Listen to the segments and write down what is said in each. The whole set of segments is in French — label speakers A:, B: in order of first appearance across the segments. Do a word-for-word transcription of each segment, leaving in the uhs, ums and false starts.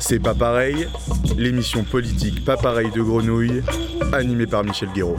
A: C'est pas pareil, l'émission politique pas pareil de Grenouille, animée par Michel Guéraud.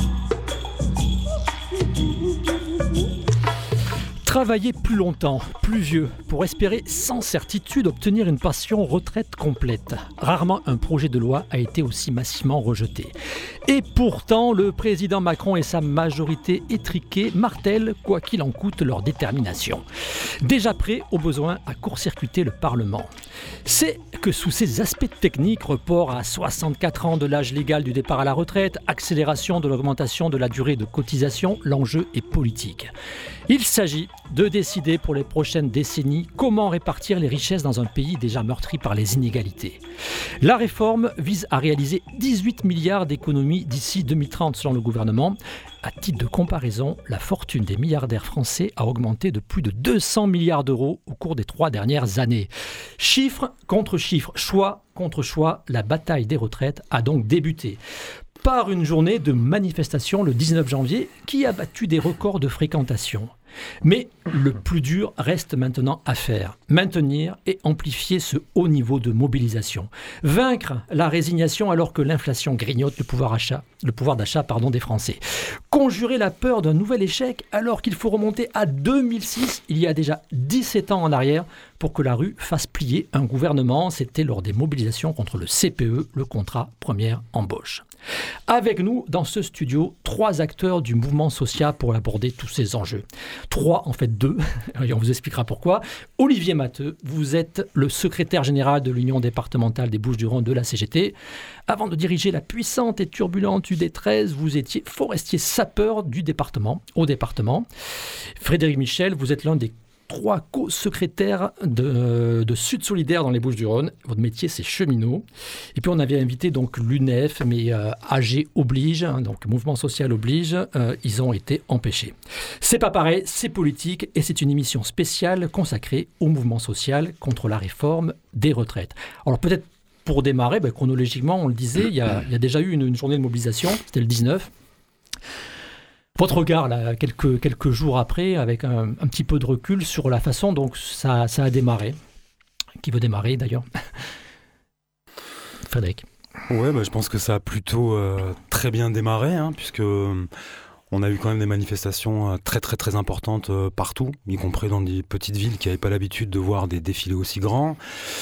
B: Travailler plus longtemps, plus vieux, pour espérer sans certitude obtenir une pension retraite complète. Rarement un projet de loi a été aussi massivement rejeté. Et pourtant, le président Macron et sa majorité étriquée martèlent, quoi qu'il en coûte, leur détermination. Déjà prêts, au besoin, à court-circuiter le Parlement. C'est que sous ces aspects techniques, report à soixante-quatre ans de l'âge légal du départ à la retraite, accélération de l'augmentation de la durée de cotisation, l'enjeu est politique. Il s'agit de décider pour les prochaines décennies comment répartir les richesses dans un pays déjà meurtri par les inégalités. La réforme vise à réaliser dix-huit milliards d'économies d'ici deux mille trente selon le gouvernement. À titre de comparaison, la fortune des milliardaires français a augmenté de plus de deux cents milliards d'euros au cours des trois dernières années. Chiffre contre chiffre, choix contre choix, la bataille des retraites a donc débuté. Par une journée de manifestation le dix-neuf janvier qui a battu des records de fréquentation. Mais le plus dur reste maintenant à faire. Maintenir et amplifier ce haut niveau de mobilisation. Vaincre la résignation alors que l'inflation grignote le pouvoir, achat, le pouvoir d'achat pardon, des Français. Conjurer la peur d'un nouvel échec alors qu'il faut remonter à deux mille six, il y a déjà dix-sept ans en arrière, pour que la rue fasse plier un gouvernement. C'était lors des mobilisations contre le C P E, le contrat première embauche. Avec nous, dans ce studio, trois acteurs du mouvement social pour aborder tous ces enjeux. Trois, en fait deux, et on vous expliquera pourquoi. Olivier Matteux, vous êtes le secrétaire général de l'Union départementale des Bouches-du-Rhône de la C G T. Avant de diriger la puissante et turbulente U D treize, vous étiez forestier sapeur du département, au département. Frédéric Michel, vous êtes l'un des trois co-secrétaires de, de Sud Solidaire dans les Bouches-du-Rhône. Votre métier, c'est cheminot. Et puis, on avait invité donc l'U N E F, mais euh, A G oblige, hein, donc Mouvement Social oblige, euh, ils ont été empêchés. C'est pas pareil, c'est politique, et c'est une émission spéciale consacrée au mouvement social contre la réforme des retraites. Alors, peut-être pour démarrer, ben, chronologiquement, on le disait, il y a, il y a déjà eu une, une journée de mobilisation, c'était le dix-neuf. Votre regard, là, quelques, quelques jours après, avec un, un petit peu de recul sur la façon dont ça, ça a démarré. Qui veut démarrer, d'ailleurs? Frédéric.
C: Ouais, bah, je pense que ça a plutôt euh, très bien démarré, hein, puisque euh, on a eu quand même des manifestations euh, très, très, très importantes euh, partout, y compris dans des petites villes qui n'avaient pas l'habitude de voir des défilés aussi grands.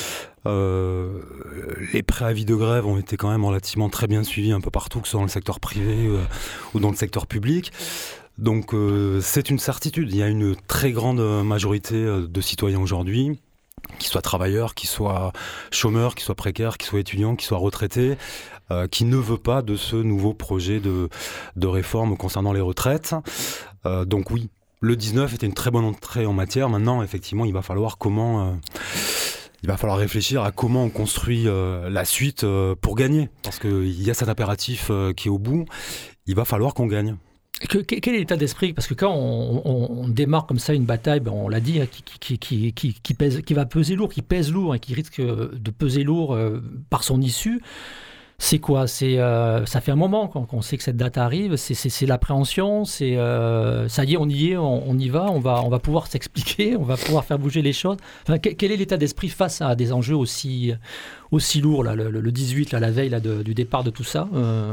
C: Euh, les préavis de grève ont été quand même relativement très bien suivis un peu partout, que ce soit dans le secteur privé euh, ou dans le secteur public. Donc euh, c'est une certitude, il y a une très grande majorité euh, de citoyens aujourd'hui, qu'ils soient travailleurs, qu'ils soient chômeurs, qu'ils soient précaires, qu'ils soient étudiants, qu'ils soient retraités, euh, qui ne veut pas de ce nouveau projet de, de réforme concernant les retraites. Euh, donc oui, le dix-neuf était une très bonne entrée en matière. Maintenant, effectivement, il va falloir comment... Euh, Il va falloir réfléchir à comment on construit euh, la suite euh, pour gagner. Parce qu'il y a cet impératif euh, qui est au bout. Il va falloir qu'on gagne.
B: Que, quel est l'état d'esprit? Parce que quand on, on, on démarre comme ça une bataille, ben on l'a dit, hein, qui, qui, qui, qui, qui, pèse, qui va peser lourd, qui pèse lourd, et qui risque de peser lourd euh, par son issue. C'est quoi? C'est, euh, ça fait un moment qu'on, qu'on sait que cette date arrive. C'est, c'est, c'est l'appréhension. C'est, euh, ça y est, on y est, on, on y va. On va, on va pouvoir s'expliquer. On va pouvoir faire bouger les choses. Enfin, quel, quel est l'état d'esprit face à des enjeux aussi, aussi lourds là, le, le dix-huit, là, la veille là, de, du départ de tout ça euh...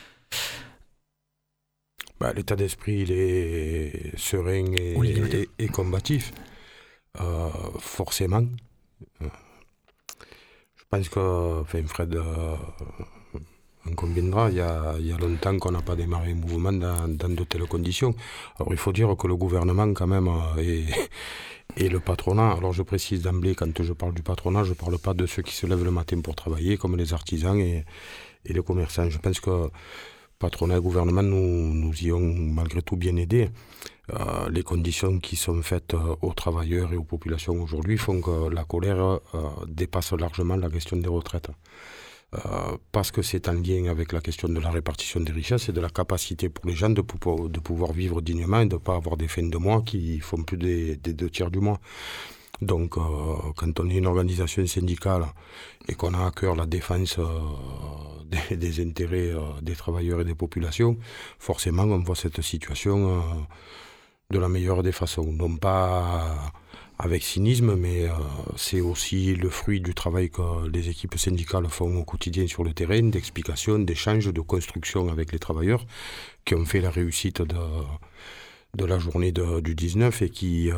D: bah, l'état d'esprit, il est serein et, oui, et, et combatif. Euh, forcément. Je pense que, enfin, Fred, euh, on conviendra, il y a, il y a longtemps qu'on n'a pas démarré un mouvement dans, dans de telles conditions. Alors il faut dire que le gouvernement, quand même, et, et le patronat, alors je précise d'emblée, quand je parle du patronat, je ne parle pas de ceux qui se lèvent le matin pour travailler, comme les artisans et, et les commerçants. Je pense que patronat et gouvernement nous, nous y ont malgré tout bien aidés. Euh, les conditions qui sont faites euh, aux travailleurs et aux populations aujourd'hui font que la colère euh, dépasse largement la question des retraites. Euh, parce que c'est en lien avec la question de la répartition des richesses et de la capacité pour les gens de, pou- de pouvoir vivre dignement et de ne pas avoir des fins de mois qui font plus des, des deux tiers du mois. Donc, euh, quand on est une organisation syndicale et qu'on a à cœur la défense euh, des, des intérêts euh, des travailleurs et des populations, forcément, on voit cette situation euh, de la meilleure des façons. Non pas avec cynisme, mais euh, c'est aussi le fruit du travail que les équipes syndicales font au quotidien sur le terrain, d'explication, d'échange, de construction avec les travailleurs, qui ont fait la réussite de, de la journée de, du dix-neuf et qui euh,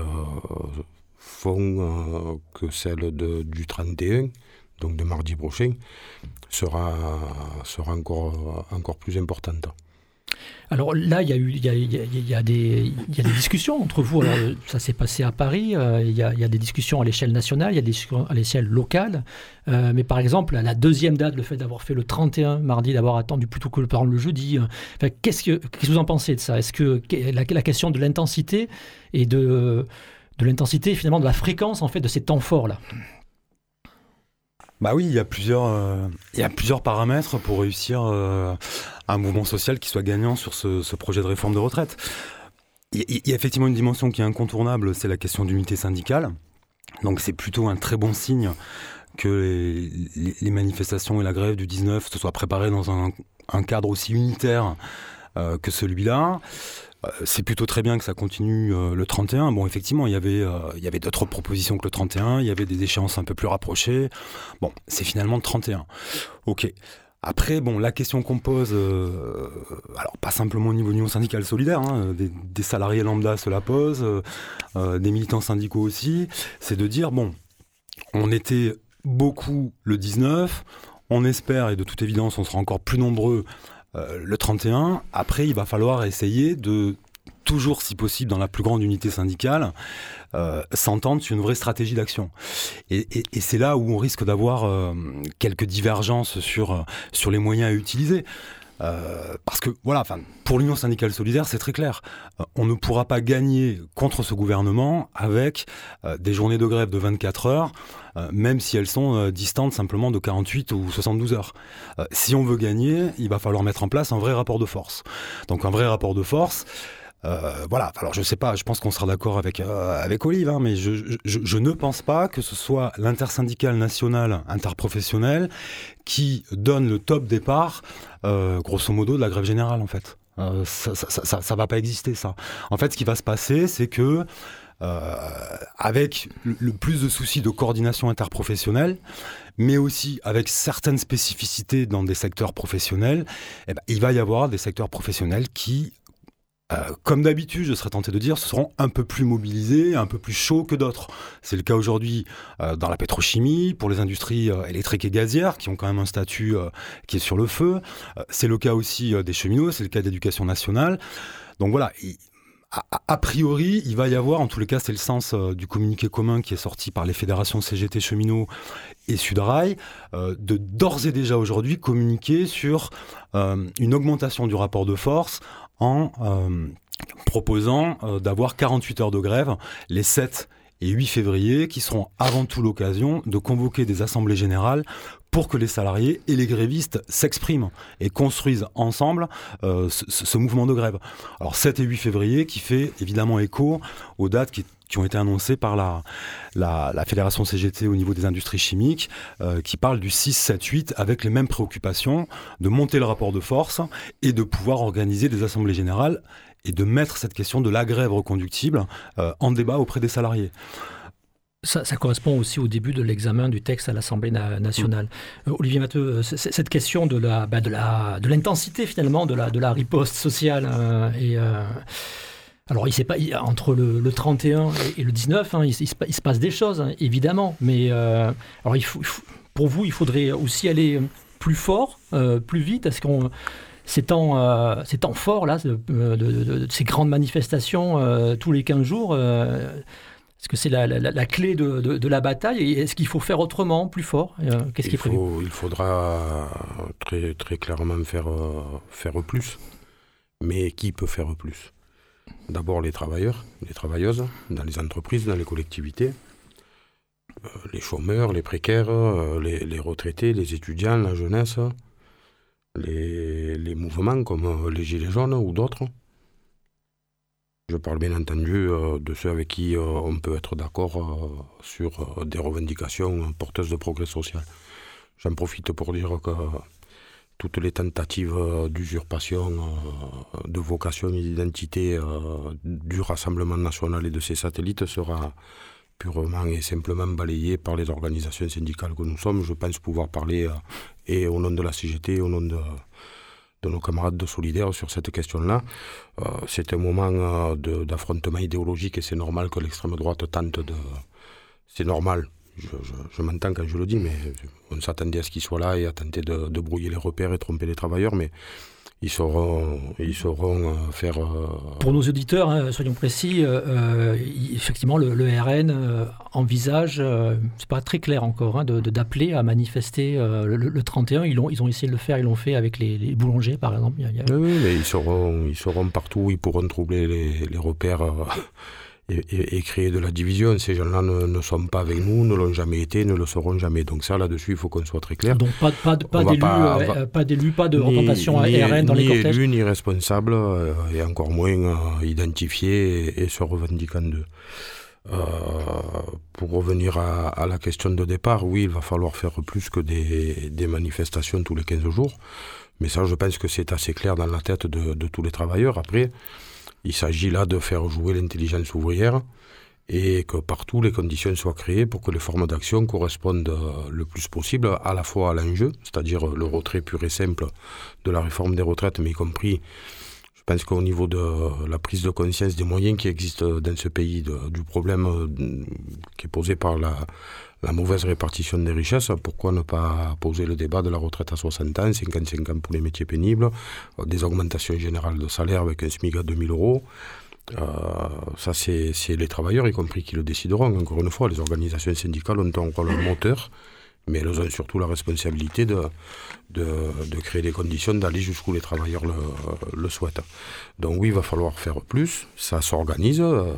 D: font euh, que celle de, du trente et un, donc de mardi prochain, sera, sera encore, encore plus importante.
B: Alors là, il y a eu, il y a, il y a, il y a des, il y a des discussions entre vous. Alors, ça s'est passé à Paris. Euh, il, y a, il y a des discussions à l'échelle nationale, il y a des discussions à l'échelle locale. Euh, mais par exemple, la deuxième date, le fait d'avoir fait le trente et un mardi, d'avoir attendu plutôt que le, par exemple, le jeudi. Euh, enfin, qu'est-ce que, qu'est-ce que vous en pensez de ça ? Est-ce que la, la question de l'intensité et de, de l'intensité finalement de la fréquence en fait de ces temps forts là ?
C: Bah oui, il y a plusieurs, euh, il y a plusieurs paramètres pour réussir euh, un mouvement social qui soit gagnant sur ce, ce projet de réforme de retraite. Il y, il y a effectivement une dimension qui est incontournable, c'est la question d'unité syndicale. Donc c'est plutôt un très bon signe que les, les, les manifestations et la grève du dix-neuf se soient préparées dans un, un cadre aussi unitaire euh, que celui-là. C'est plutôt très bien que ça continue euh, le trente et un. Bon, effectivement, il y avait, euh, il y avait d'autres propositions que le trente et un. Il y avait des échéances un peu plus rapprochées. Bon, c'est finalement le trente et un. Ok. Après, bon, la question qu'on pose, euh, alors pas simplement au niveau de l'Union syndicale solidaire, hein, des, des salariés lambda se la posent, euh, des militants syndicaux aussi, c'est de dire, bon, on était beaucoup le dix-neuf, on espère, et de toute évidence, on sera encore plus nombreux Euh, le trente et un, après il va falloir essayer de, toujours si possible dans la plus grande unité syndicale, euh, s'entendre sur une vraie stratégie d'action. Et, et, et c'est là où on risque d'avoir euh, quelques divergences sur, sur les moyens à utiliser. Euh, parce que voilà, pour l'Union syndicale solidaire, c'est très clair. Euh, on ne pourra pas gagner contre ce gouvernement avec euh, des journées de grève de vingt-quatre heures, euh, même si elles sont euh, distantes simplement de quarante-huit ou soixante-douze heures. Euh, si on veut gagner, il va falloir mettre en place un vrai rapport de force. Donc un vrai rapport de force. Euh, voilà, alors je sais pas, je pense qu'on sera d'accord avec, euh, avec Olive, hein, mais je, je, je ne pense pas que ce soit l'intersyndicale nationale interprofessionnelle qui donne le top départ, euh, grosso modo, de la grève générale en fait. Euh, ça, ça, ça, ça va pas exister ça. En fait, ce qui va se passer, c'est que euh, avec le, le plus de soucis de coordination interprofessionnelle, mais aussi avec certaines spécificités dans des secteurs professionnels, eh ben, il va y avoir des secteurs professionnels qui Euh, comme d'habitude, je serais tenté de dire, seront un peu plus mobilisés, un peu plus chauds que d'autres. C'est le cas aujourd'hui euh, dans la pétrochimie, pour les industries euh, électriques et gazières, qui ont quand même un statut euh, qui est sur le feu. Euh, c'est le cas aussi euh, des cheminots, c'est le cas d'éducation nationale. Donc voilà, il, a, a priori, il va y avoir, en tous les cas, c'est le sens euh, du communiqué commun qui est sorti par les fédérations C G T cheminots et Sudrail, euh, de d'ores et déjà aujourd'hui communiquer sur euh, une augmentation du rapport de force en euh, proposant euh, d'avoir quarante-huit heures de grève les sept et huit février, qui seront avant tout l'occasion de convoquer des assemblées générales pour que les salariés et les grévistes s'expriment et construisent ensemble euh, ce, ce mouvement de grève. Alors sept et huit février qui fait évidemment écho aux dates qui qui ont été annoncés par la, la, la Fédération C G T au niveau des industries chimiques, euh, qui parle du six, sept, huit, avec les mêmes préoccupations, de monter le rapport de force et de pouvoir organiser des assemblées générales et de mettre cette question de la grève reconductible euh, en débat auprès des salariés.
B: Ça, ça correspond aussi au début de l'examen du texte à l'Assemblée na- nationale. Mmh. Euh, Olivier Matteux, c- c- cette question de, la, bah de, la, de l'intensité finalement de la, de la riposte sociale euh, et... Euh Alors, il pas, il, entre le, le trente et un et, et le dix-neuf, hein, il, il, se, il se passe des choses, hein, évidemment. Mais euh, alors il faut, il faut, pour vous, il faudrait aussi aller plus fort, euh, plus vite. Est-ce qu'on, ces temps, euh, ces temps forts, là, de, de, de, de ces grandes manifestations euh, tous les quinze jours, euh, est-ce que c'est la, la, la clé de, de, de la bataille ? Et est-ce qu'il faut faire autrement, plus fort ? euh, Qu'est-ce
D: il
B: qui est prévu ?
D: faut, Il faudra très, très clairement faire, faire plus. Mais qui peut faire plus ? D'abord les travailleurs, les travailleuses, dans les entreprises, dans les collectivités, euh, les chômeurs, les précaires, euh, les, les retraités, les étudiants, la jeunesse, les, les mouvements comme euh, les Gilets jaunes ou d'autres. Je parle bien entendu euh, de ceux avec qui euh, on peut être d'accord euh, sur euh, des revendications porteuses de progrès social. J'en profite pour dire que toutes les tentatives d'usurpation de vocation et d'identité du Rassemblement national et de ses satellites sera purement et simplement balayé par les organisations syndicales que nous sommes. Je pense pouvoir parler euh, et au nom de la C G T, au nom de, de nos camarades de Solidaires sur cette question-là. Euh, c'est un moment euh, de, d'affrontement idéologique et c'est normal que l'extrême droite tente de... C'est normal, je, je, je m'entends quand je le dis, mais on s'attendait à ce qu'il soit là et à tenter de, de brouiller les repères et tromper les travailleurs, mais ils sauront, ils sauront euh, faire... Euh...
B: Pour nos auditeurs, hein, soyons précis, euh, euh, effectivement, le, le R N euh, envisage, euh, c'est pas très clair encore, hein, de, de, d'appeler à manifester euh, le, le trente et un. Ils ont, ils ont essayé de le faire, ils l'ont fait avec les, les boulangers, par exemple. Il y a...
D: Oui, mais ils seront, ils seront partout, ils pourront troubler les, les repères... Euh... Et, et, et créer de la division. Ces gens-là ne, ne sont pas avec nous, ne l'ont jamais été, ne le seront jamais. Donc ça, là-dessus, il faut qu'on soit très clair.
B: Donc pas, pas, pas, d'élus, pas, euh, pas d'élus, pas de ni, représentation ni, R N dans
D: ni
B: les cortèges.
D: Ni élus, ni responsables, euh, et encore moins euh, identifiés et, et se revendiquant d'eux. Euh, pour revenir à, à la question de départ, oui, il va falloir faire plus que des, des manifestations tous les quinze jours. Mais ça, je pense que c'est assez clair dans la tête de, de tous les travailleurs. Après, il s'agit là de faire jouer l'intelligence ouvrière et que partout les conditions soient créées pour que les formes d'action correspondent le plus possible à la fois à l'enjeu, c'est-à-dire le retrait pur et simple de la réforme des retraites, mais y compris, je pense qu'au niveau de la prise de conscience des moyens qui existent dans ce pays, de, du problème qui est posé par la, la mauvaise répartition des richesses, pourquoi ne pas poser le débat de la retraite à soixante ans, cinquante-cinq ans pour les métiers pénibles, des augmentations générales de salaire avec un SMIC à deux mille euros. Euh, ça, c'est, c'est les travailleurs, y compris, qui le décideront. Encore une fois, les organisations syndicales ont un rôle moteur, mais elles ont surtout la responsabilité de, de, de créer les conditions d'aller jusqu'où les travailleurs le, le souhaitent. Donc oui, il va falloir faire plus, ça s'organise. Euh,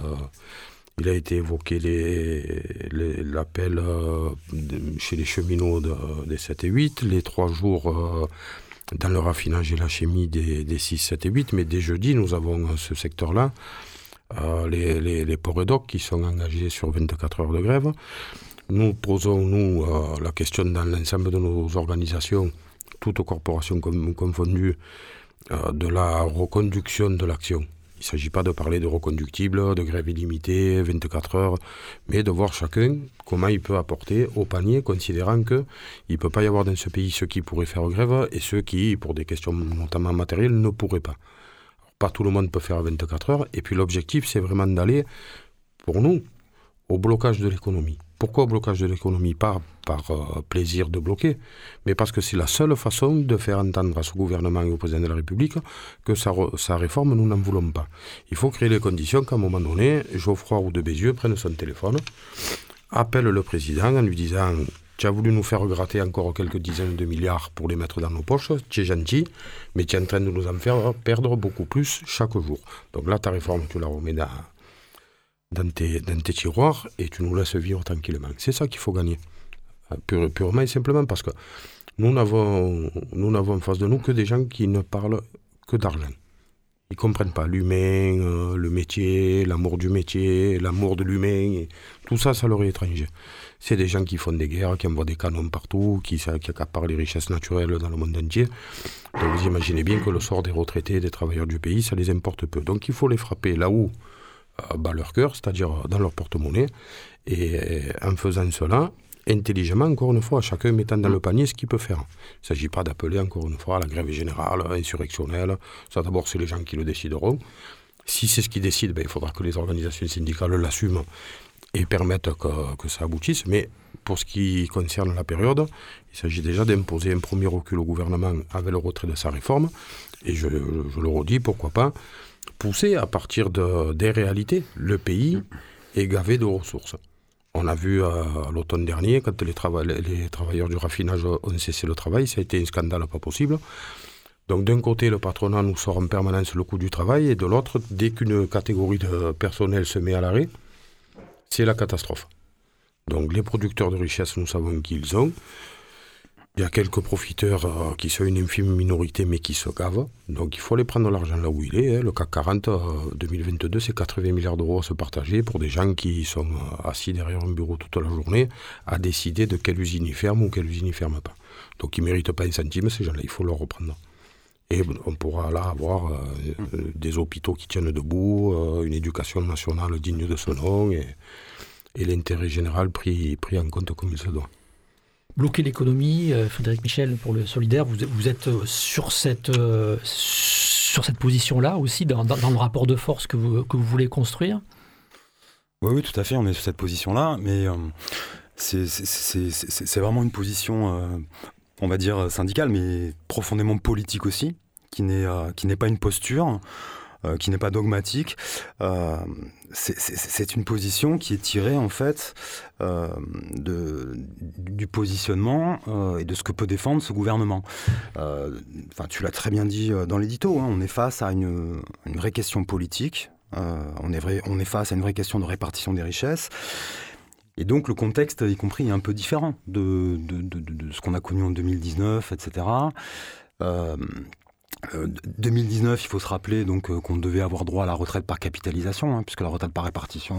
D: il a été évoqué les, les, l'appel euh, chez les cheminots de, des sept et huit, les trois jours euh, dans le raffinage et la chimie des, des six, sept et huit, mais dès jeudi, nous avons ce secteur-là, euh, les, les, les ports et docks qui sont engagés sur vingt-quatre heures de grève. Nous posons, nous, euh, la question dans l'ensemble de nos organisations, toutes corporations com- confondues, euh, de la reconduction de l'action. Il ne s'agit pas de parler de reconductible, de grève illimitée, vingt-quatre heures, mais de voir chacun comment il peut apporter au panier, considérant qu'il ne peut pas y avoir dans ce pays ceux qui pourraient faire grève et ceux qui, pour des questions notamment matérielles, ne pourraient pas. Alors, pas tout le monde peut faire vingt-quatre heures, et puis l'objectif, c'est vraiment d'aller, pour nous, au blocage de l'économie. Pourquoi au blocage de l'économie ? Pas par euh, plaisir de bloquer, mais parce que c'est la seule façon de faire entendre à ce gouvernement et au président de la République que sa, re, sa réforme, nous n'en voulons pas. Il faut créer les conditions qu'à un moment donné, Geoffroy ou de Bézieux prenne son téléphone, appelle le président en lui disant « Tu as voulu nous faire gratter encore quelques dizaines de milliards pour les mettre dans nos poches, tu es gentil, mais tu es en train de nous en faire perdre beaucoup plus chaque jour. Donc là, ta réforme, tu la remets dans... Dans tes, dans tes tiroirs et tu nous laisses vivre tranquillement. » C'est ça qu'il faut gagner. Pure, purement et simplement parce que nous n'avons, nous n'avons en face de nous que des gens qui ne parlent que d'argent. Ils ne comprennent pas l'humain, euh, le métier, l'amour du métier, l'amour de l'humain. Et tout ça, ça leur est étranger. C'est des gens qui font des guerres, qui envoient des canons partout, qui, qui accaparent les richesses naturelles dans le monde entier. Donc vous imaginez bien que le sort des retraités, des travailleurs du pays, ça les importe peu. Donc il faut les frapper là où bat leur cœur, c'est-à-dire dans leur porte-monnaie, et en faisant cela, intelligemment, encore une fois, chacun mettant dans le panier ce qu'il peut faire. Il ne s'agit pas d'appeler, encore une fois, à la grève générale, insurrectionnelle. Ça, d'abord, c'est les gens qui le décideront. Si c'est ce qu'ils décident, ben, il faudra que les organisations syndicales l'assument et permettent que, que ça aboutisse. Mais pour ce qui concerne la période, il s'agit déjà d'imposer un premier recul au gouvernement avec le retrait de sa réforme. Et je, je le redis, pourquoi pas pousser à partir de, des réalités. Le pays est gavé de ressources. On a vu euh, l'automne dernier, quand les, trava- les travailleurs du raffinage ont cessé le travail, ça a été un scandale pas possible. Donc d'un côté, le patronat nous sort en permanence le coût du travail, et de l'autre, dès qu'une catégorie de personnel se met à l'arrêt, c'est la catastrophe. Donc les producteurs de richesse, nous savons qui ils sont. Il y a quelques profiteurs euh, qui sont une infime minorité, mais qui se gavent. Donc il faut aller prendre l'argent là où il est. Hein. Le C A C quarante, euh, deux mille vingt-deux, c'est quatre-vingts milliards d'euros à se partager pour des gens qui sont euh, assis derrière un bureau toute la journée à décider de quelle usine ils ferment ou quelle usine ils ferment pas. Donc ils ne méritent pas un centime, ces gens-là, il faut leur reprendre. Et on pourra là avoir euh, des hôpitaux qui tiennent debout, euh, une éducation nationale digne de ce nom, et et l'intérêt général pris, pris en compte comme il se doit.
B: Bloquer l'économie, euh, Frédéric Michel, pour le Solidaire, vous, vous êtes euh, sur cette, euh, sur cette position-là aussi, dans, dans, dans le rapport de force que vous, que vous voulez construire ?
C: Oui, oui, tout à fait, on est sur cette position-là, mais euh, c'est, c'est, c'est, c'est, c'est vraiment une position, euh, on va dire, syndicale, mais profondément politique aussi, qui n'est, euh, qui n'est pas une posture, euh, qui n'est pas dogmatique. Euh, c'est, c'est, c'est une position qui est tirée, en fait, euh, de, du positionnement euh, et de ce que peut défendre ce gouvernement. Euh, enfin, tu l'as très bien dit dans l'édito, hein, on est face à une, une vraie question politique. Euh, on, est vrai, on est face à une vraie question de répartition des richesses. Et donc le contexte, y compris, est un peu différent de, de, de, de ce qu'on a connu en deux mille dix-neuf, et cetera. Euh, euh, deux mille dix-neuf, il faut se rappeler donc, euh, qu'on devait avoir droit à la retraite par capitalisation, hein, puisque la retraite par répartition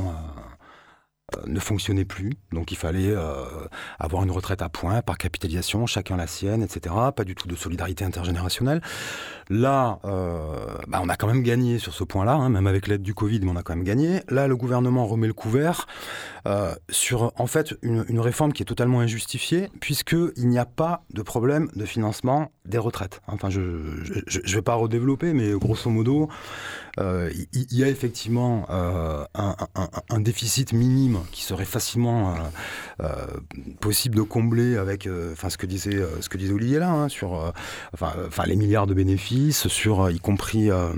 C: euh, euh, ne fonctionnait plus. Donc il fallait euh, avoir une retraite à points, par capitalisation, chacun la sienne, et cetera. Pas du tout de solidarité intergénérationnelle. Là, euh, bah on a quand même gagné sur ce point-là, hein, même avec l'aide du Covid, mais on a quand même gagné. Là, le gouvernement remet le couvert euh, sur, en fait, une, une réforme qui est totalement injustifiée, puisqu'il n'y a pas de problème de financement des retraites. Enfin, je ne vais pas redévelopper, mais grosso modo, euh, il, il y a effectivement euh, un, un, un déficit minime qui serait facilement euh, euh, possible de combler avec euh, enfin, ce que disait, euh, ce que disait Olivier là, hein, sur euh, enfin, enfin, les milliards de bénéfices, sur y compris euh,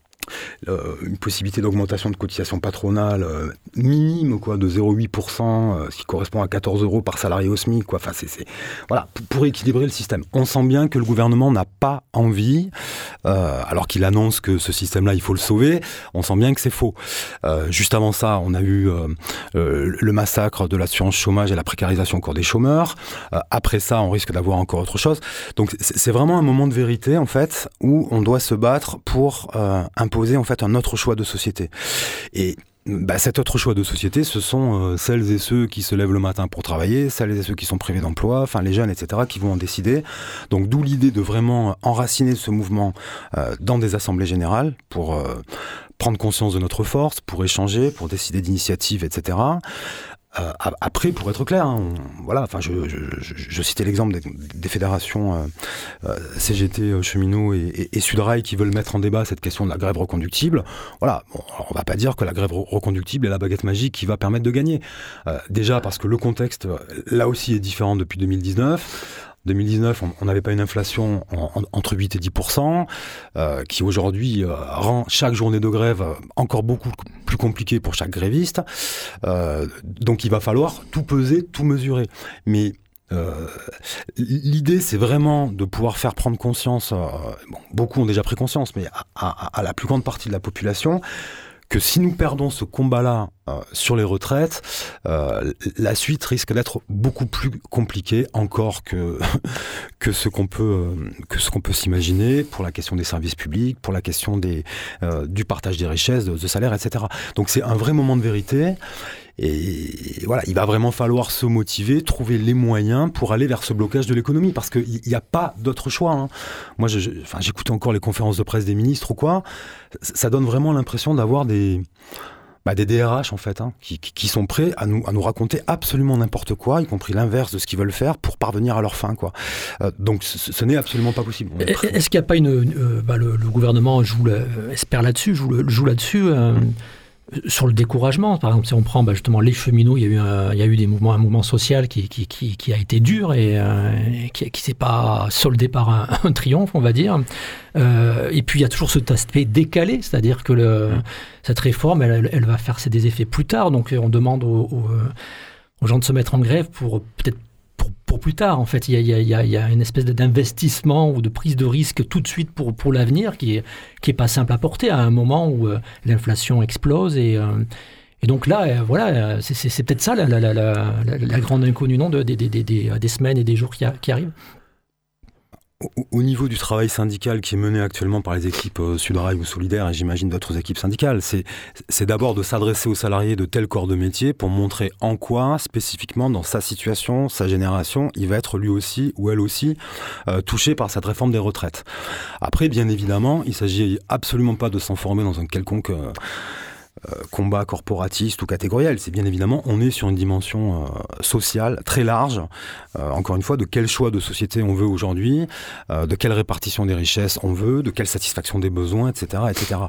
C: euh, une possibilité d'augmentation de cotisation patronale euh, minime quoi, de zéro virgule huit pour cent, euh, ce qui correspond à quatorze euros par salarié au SMIC. Quoi. Enfin, c'est, c'est, voilà, pour, pour équilibrer le système. On sent bien que le gouvernement n'a pas envie, euh, alors qu'il annonce que ce système-là, il faut le sauver, on sent bien que c'est faux. Euh, juste avant ça, on a eu euh, euh, le massacre de l'assurance chômage et la précarisation encore des chômeurs. Euh, après ça, on risque d'avoir encore autre chose. Donc, c'est, c'est vraiment un moment de vérité, en fait, où on doit se battre pour euh, imposer poser en fait un autre choix de société. Et bah, cet autre choix de société, ce sont euh, celles et ceux qui se lèvent le matin pour travailler, celles et ceux qui sont privés d'emploi, enfin les jeunes, et cetera, qui vont en décider. Donc d'où l'idée de vraiment enraciner ce mouvement euh, dans des assemblées générales pour euh, prendre conscience de notre force, pour échanger, pour décider d'initiatives, et cetera. Euh, après, pour être clair, hein, on, voilà, enfin, je, je, je, je citais l'exemple des, des fédérations euh, euh, C G T, euh, cheminots et, et, et Sudrail qui veulent mettre en débat cette question de la grève reconductible. Voilà, bon, alors on va pas dire que la grève reconductible est la baguette magique qui va permettre de gagner. Euh, déjà parce que le contexte, là aussi, est différent depuis deux mille dix-neuf. deux mille dix-neuf, on n'avait pas une inflation en, en, entre huit et dix pour cent, euh, qui aujourd'hui euh, rend chaque journée de grève encore beaucoup plus compliquée pour chaque gréviste. Euh, donc il va falloir tout peser, tout mesurer. Mais euh, l'idée, c'est vraiment de pouvoir faire prendre conscience, euh, bon, beaucoup ont déjà pris conscience, mais à, à, à la plus grande partie de la population, que si nous perdons ce combat-là euh, sur les retraites, euh, la suite risque d'être beaucoup plus compliquée encore que, que ce qu'on peut, euh, que ce qu'on peut s'imaginer pour la question des services publics, pour la question des, euh, du partage des richesses, de, de salaires, et cetera. Donc c'est un vrai moment de vérité. Et voilà, il va vraiment falloir se motiver, trouver les moyens pour aller vers ce blocage de l'économie, parce qu'il n'y a pas d'autre choix. Hein. Moi, je, je, enfin, j'écoute encore les conférences de presse des ministres ou quoi, ça donne vraiment l'impression d'avoir des, bah, des D R H en fait, hein, qui, qui, qui sont prêts à nous, à nous raconter absolument n'importe quoi, y compris l'inverse de ce qu'ils veulent faire pour parvenir à leur fin, quoi. Euh, donc ce, ce n'est absolument pas possible.
B: Est-ce qu'il n'y a pas une, euh, bah, le, le gouvernement joue le, espère là-dessus, joue, le, joue là-dessus euh, mmh. Sur le découragement, par exemple, si on prend bah, justement les cheminots, il y a eu, un, il y a eu des mouvements, un mouvement social qui, qui, qui, qui a été dur et euh, qui ne s'est pas soldé par un, un triomphe, on va dire. Euh, et puis il y a toujours cet aspect décalé, c'est-à-dire que le, mmh. cette réforme, elle, elle va faire ses effets plus tard. Donc on demande aux, aux, aux gens de se mettre en grève pour peut-être Pour, pour plus tard, en fait, il y a, il y a, il y a une espèce d'investissement ou de prise de risque tout de suite pour, pour l'avenir qui est, qui est pas simple à porter à un moment où euh, l'inflation explose et, euh, et donc là, euh, voilà, c'est, c'est, c'est peut-être ça la, la, la, la, la grande inconnue non, de, des, des, des, des semaines et des jours qui, a, qui arrivent.
C: Au niveau du travail syndical qui est mené actuellement par les équipes euh, Sudrail ou Solidaire, et j'imagine d'autres équipes syndicales, c'est, c'est d'abord de s'adresser aux salariés de tel corps de métier pour montrer en quoi, spécifiquement dans sa situation, sa génération, il va être lui aussi ou elle aussi euh, touché par cette réforme des retraites. Après, bien évidemment, il ne s'agit absolument pas de s'enfermer dans un quelconque... Euh, euh, combat corporatiste ou catégoriel. C'est bien évidemment, on est sur une dimension euh, sociale très large. Euh, encore une fois, de quel choix de société on veut aujourd'hui, euh, de quelle répartition des richesses on veut, de quelle satisfaction des besoins, et cetera, et cetera.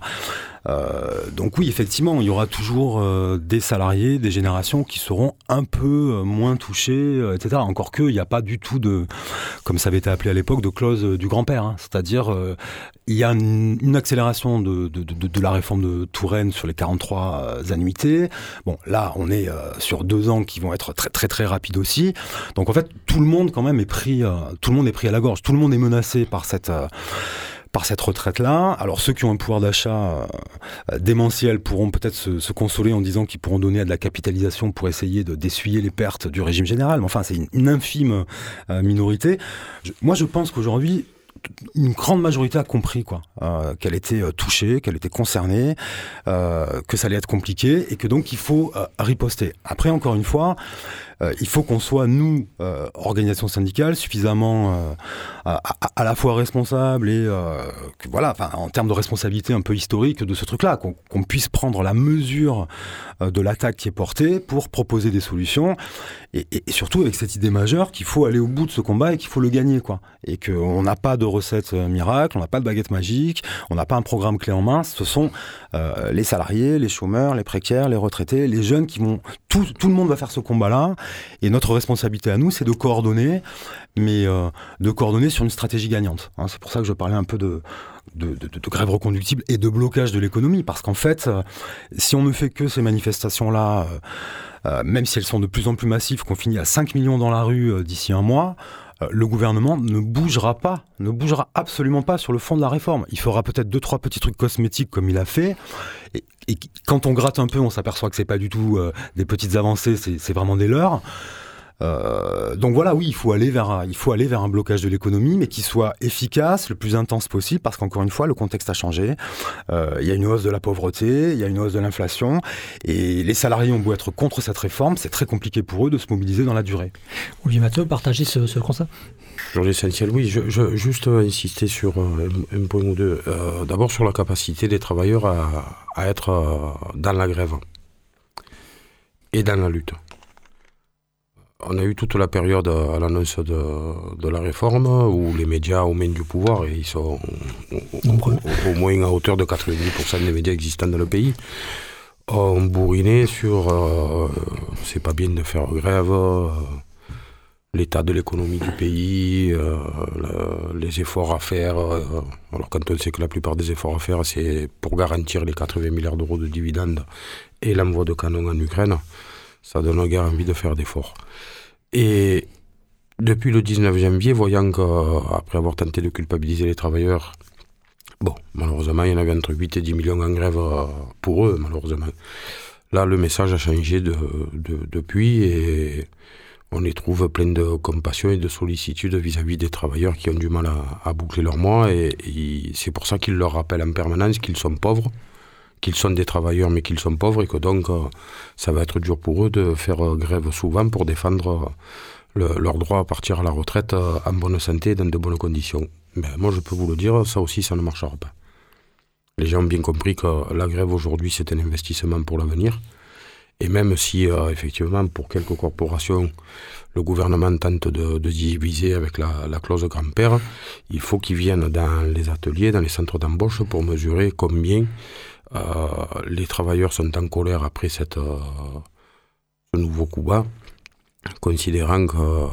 C: Euh, donc oui, effectivement, il y aura toujours euh, des salariés, des générations qui seront un peu euh, moins touchés, euh, et cetera. Encore que, il n'y a pas du tout de, comme ça avait été appelé à l'époque, de clause euh, du grand-père. Hein. C'est-à-dire, euh, il y a une, une accélération de, de, de, de la réforme de Touraine sur les quarante-trois euh, annuités. Bon, là, on est euh, sur deux ans qui vont être très très très rapides aussi. Donc en fait, tout le monde quand même est pris, euh, tout le monde est pris à la gorge. Tout le monde est menacé par cette euh, par cette retraite-là. Alors ceux qui ont un pouvoir d'achat euh, démentiel pourront peut-être se, se consoler en disant qu'ils pourront donner à de la capitalisation pour essayer de d'essuyer les pertes du régime général. Mais enfin, c'est une, une infime euh, minorité. Je, moi, je pense qu'aujourd'hui, une grande majorité a compris quoi, euh, qu'elle était euh, touchée, qu'elle était concernée, euh, que ça allait être compliqué et que donc il faut euh, riposter. Après, encore une fois, euh, il faut qu'on soit, nous, euh, organisations syndicales, suffisamment euh, à, à, à la fois responsables et euh, que, voilà, enfin, en termes de responsabilité un peu historique de ce truc-là, qu'on, qu'on puisse prendre la mesure euh, de l'attaque qui est portée pour proposer des solutions et, et, et surtout avec cette idée majeure qu'il faut aller au bout de ce combat et qu'il faut le gagner, quoi. Et qu'on n'a pas de recette miracle, on n'a pas de baguette magique, on n'a pas un programme clé en main. Ce sont euh, les salariés, les chômeurs, les précaires, les retraités, les jeunes qui vont... Tout, tout le monde va faire ce combat-là. Et notre responsabilité à nous, c'est de coordonner, mais euh, de coordonner sur une stratégie gagnante. Hein, c'est pour ça que je parlais un peu de, de, de, de grève reconductible et de blocage de l'économie. Parce qu'en fait, euh, si on ne fait que ces manifestations-là, euh, euh, même si elles sont de plus en plus massives, qu'on finit à cinq millions dans la rue euh, d'ici un mois, euh, le gouvernement ne bougera pas, ne bougera absolument pas sur le fond de la réforme. Il fera peut-être deux, trois petits trucs cosmétiques comme il a fait. Et, et quand on gratte un peu, on s'aperçoit que c'est pas du tout euh, des petites avancées, c'est, c'est vraiment des leurres. Euh, donc voilà, oui, il faut aller vers, il faut aller vers un blocage de l'économie, mais qui soit efficace, le plus intense possible, parce qu'encore une fois, le contexte a changé. Euh, il y a une hausse de la pauvreté, il y a une hausse de l'inflation, et les salariés ont beau être contre cette réforme, c'est très compliqué pour eux de se mobiliser dans la durée.
B: Olivier Matteux, partagez ce, ce constat ?
D: Sur l'essentiel, oui. Je, je juste insister sur un, un point ou deux. Euh, d'abord sur la capacité des travailleurs à, à être euh, dans la grève et dans la lutte. On a eu toute la période à l'annonce de, de la réforme où les médias ont main du pouvoir et ils sont au, au, au moins à hauteur de quatre-vingt-dix pour cent des médias existants dans le pays. On bourrinait sur euh, c'est pas bien de faire grève, euh, l'état de l'économie du pays, euh, le, les efforts à faire. Euh, alors quand on sait que la plupart des efforts à faire, c'est pour garantir les quatre-vingts milliards d'euros de dividendes et l'envoi de canons en Ukraine, ça donne guère envie de faire d'efforts. Et depuis le dix-neuf janvier, voyant qu'après avoir tenté de culpabiliser les travailleurs, bon, malheureusement, il y en avait entre huit et dix millions en grève pour eux, malheureusement. Là, le message a changé de, de, depuis et on les trouve pleins de compassion et de sollicitude vis-à-vis des travailleurs qui ont du mal à, à boucler leurs mois. Et, et c'est pour ça qu'ils leur rappellent en permanence qu'ils sont pauvres, qu'ils sont des travailleurs mais qu'ils sont pauvres et que donc euh, ça va être dur pour eux de faire euh, grève souvent pour défendre euh, le, leur droit à partir à la retraite euh, en bonne santé et dans de bonnes conditions. Ben, moi je peux vous le dire, ça aussi ça ne marchera pas. Les gens ont bien compris que la grève aujourd'hui c'est un investissement pour l'avenir et même si euh, effectivement pour quelques corporations le gouvernement tente de, de diviser avec la, la clause grand-père, il faut qu'ils viennent dans les ateliers, dans les centres d'embauche pour mesurer combien Euh, les travailleurs sont en colère après cette, euh, ce nouveau coup bas, considérant que euh,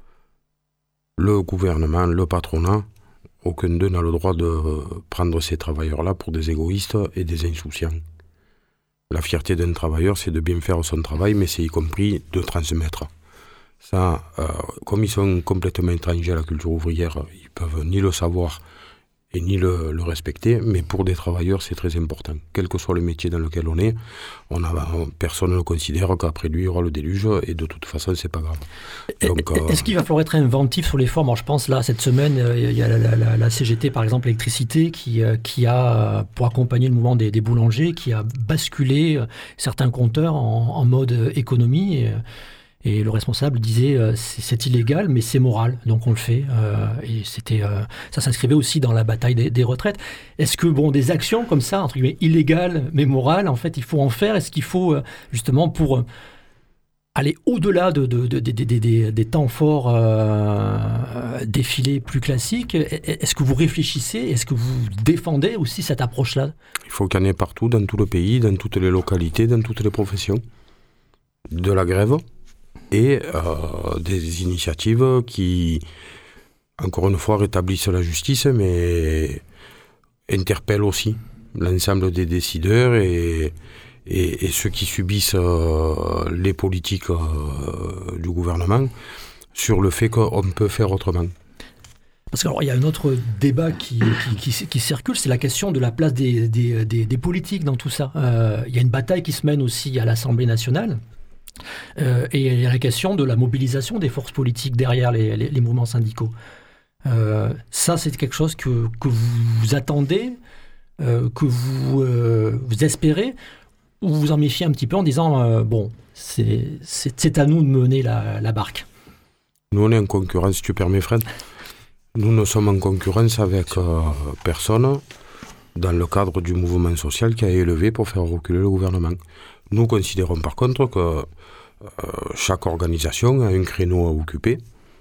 D: le gouvernement, le patronat, aucun d'eux n'a le droit de prendre ces travailleurs-là pour des égoïstes et des insouciants. La fierté d'un travailleur, c'est de bien faire son travail, mais c'est y compris de transmettre. Ça, euh, comme ils sont complètement étrangers à la culture ouvrière, ils peuvent ni le savoir et ni le, le respecter, mais pour des travailleurs, c'est très important. Quel que soit le métier dans lequel on est, on a, personne ne considère qu'après lui, il y aura le déluge, et de toute façon, c'est pas grave.
B: Donc, euh... Est-ce qu'il va falloir être inventif sur les formes ? Alors, je pense, là, cette semaine, il y a la, la, la C G T, par exemple, électricité, qui, qui a, pour accompagner le mouvement des, des boulangers, qui a basculé certains compteurs en, en mode économie. Et, Et le responsable disait euh, c'est, c'est illégal, mais c'est moral, donc on le fait. Euh, et c'était, euh, ça s'inscrivait aussi dans la bataille des, des retraites. Est-ce que bon, des actions comme ça, entre guillemets, illégales, mais morales, en fait, il faut en faire? Est-ce qu'il faut, euh, justement, pour euh, aller au-delà de, de, de, de, de, de, de, des temps forts euh, défilés plus classiques, est-ce que vous réfléchissez, est-ce que vous défendez aussi cette approche-là?
D: Il faut qu'il y en ait partout, dans tout le pays, dans toutes les localités, dans toutes les professions. De la grève et euh, des initiatives qui, encore une fois, rétablissent la justice, mais interpellent aussi l'ensemble des décideurs et, et, et ceux qui subissent euh, les politiques euh, du gouvernement sur le fait qu'on peut faire autrement.
B: Parce qu'il y a un autre débat qui, qui, qui, qui circule, c'est la question de la place des, des, des, des politiques dans tout ça. Euh, il y a une bataille qui se mène aussi à l'Assemblée nationale. Euh, et il y a la question de la mobilisation des forces politiques derrière les, les, les mouvements syndicaux. Euh, ça, c'est quelque chose que, que vous attendez, euh, que vous, euh, vous espérez, ou vous vous en méfiez un petit peu en disant euh, bon, c'est, c'est, c'est à nous de mener la, la barque.
D: Nous, on est en concurrence, si tu permets, Fred. Nous ne sommes en concurrence avec euh, personne dans le cadre du mouvement social qui a élevé pour faire reculer le gouvernement. Nous considérons par contre que euh, chaque organisation a un créneau à occuper,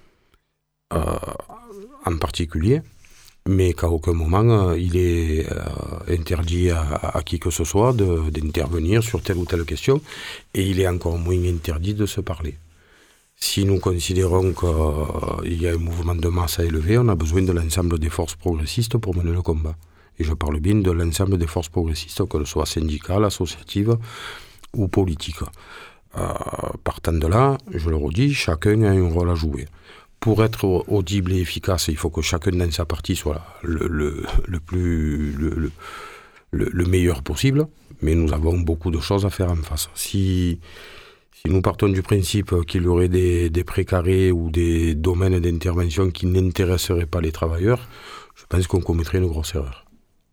D: euh, en particulier, mais qu'à aucun moment euh, il est euh, interdit à, à qui que ce soit de, d'intervenir sur telle ou telle question, et il est encore moins interdit de se parler. Si nous considérons qu'il euh, y a un mouvement de masse à élever, on a besoin de l'ensemble des forces progressistes pour mener le combat. Et je parle bien de l'ensemble des forces progressistes, que ce soit syndicales, associatives ou politiques. Euh, partant de là, je le redis, chacun a un rôle à jouer. Pour être audible et efficace, il faut que chacun dans sa partie soit le, le, le, plus, le, le, le meilleur possible, mais nous avons beaucoup de choses à faire en face. Si, si nous partons du principe qu'il y aurait des, des précarés ou des domaines d'intervention qui n'intéresseraient pas les travailleurs, je pense qu'on commettrait une grosse erreur.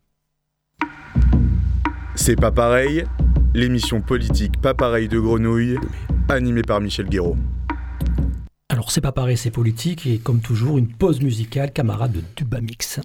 A: C'est pas pareil, l'émission politique Pas pareil de Grenouille, animée par Michel Guéraud.
B: Alors c'est pas pareil, c'est politique, et comme toujours, une pause musicale, camarade de Dubamix.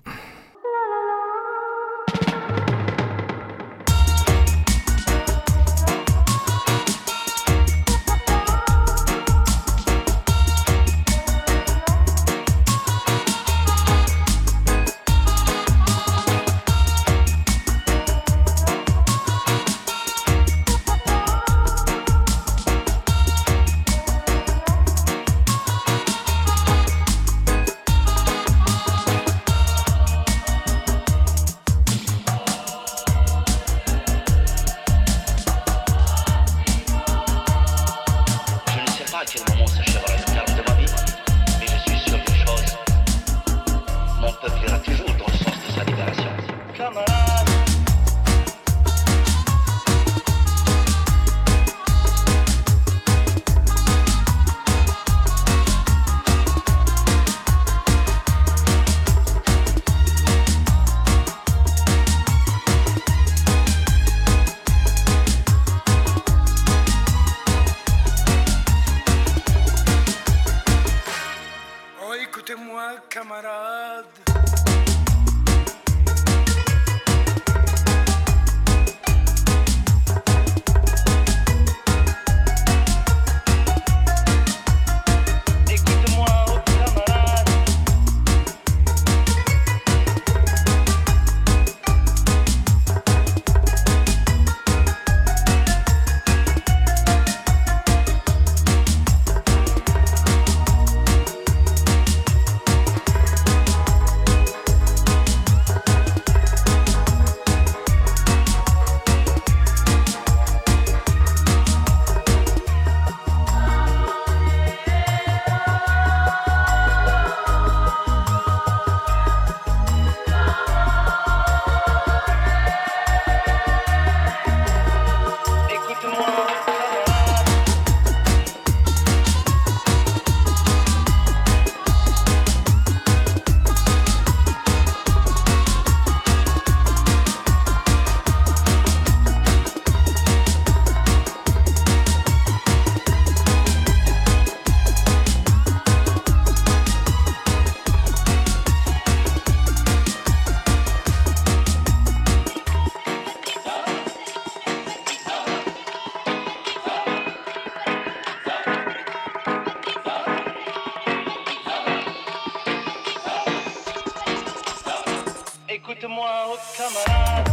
E: Écoute-moi, oh camarade.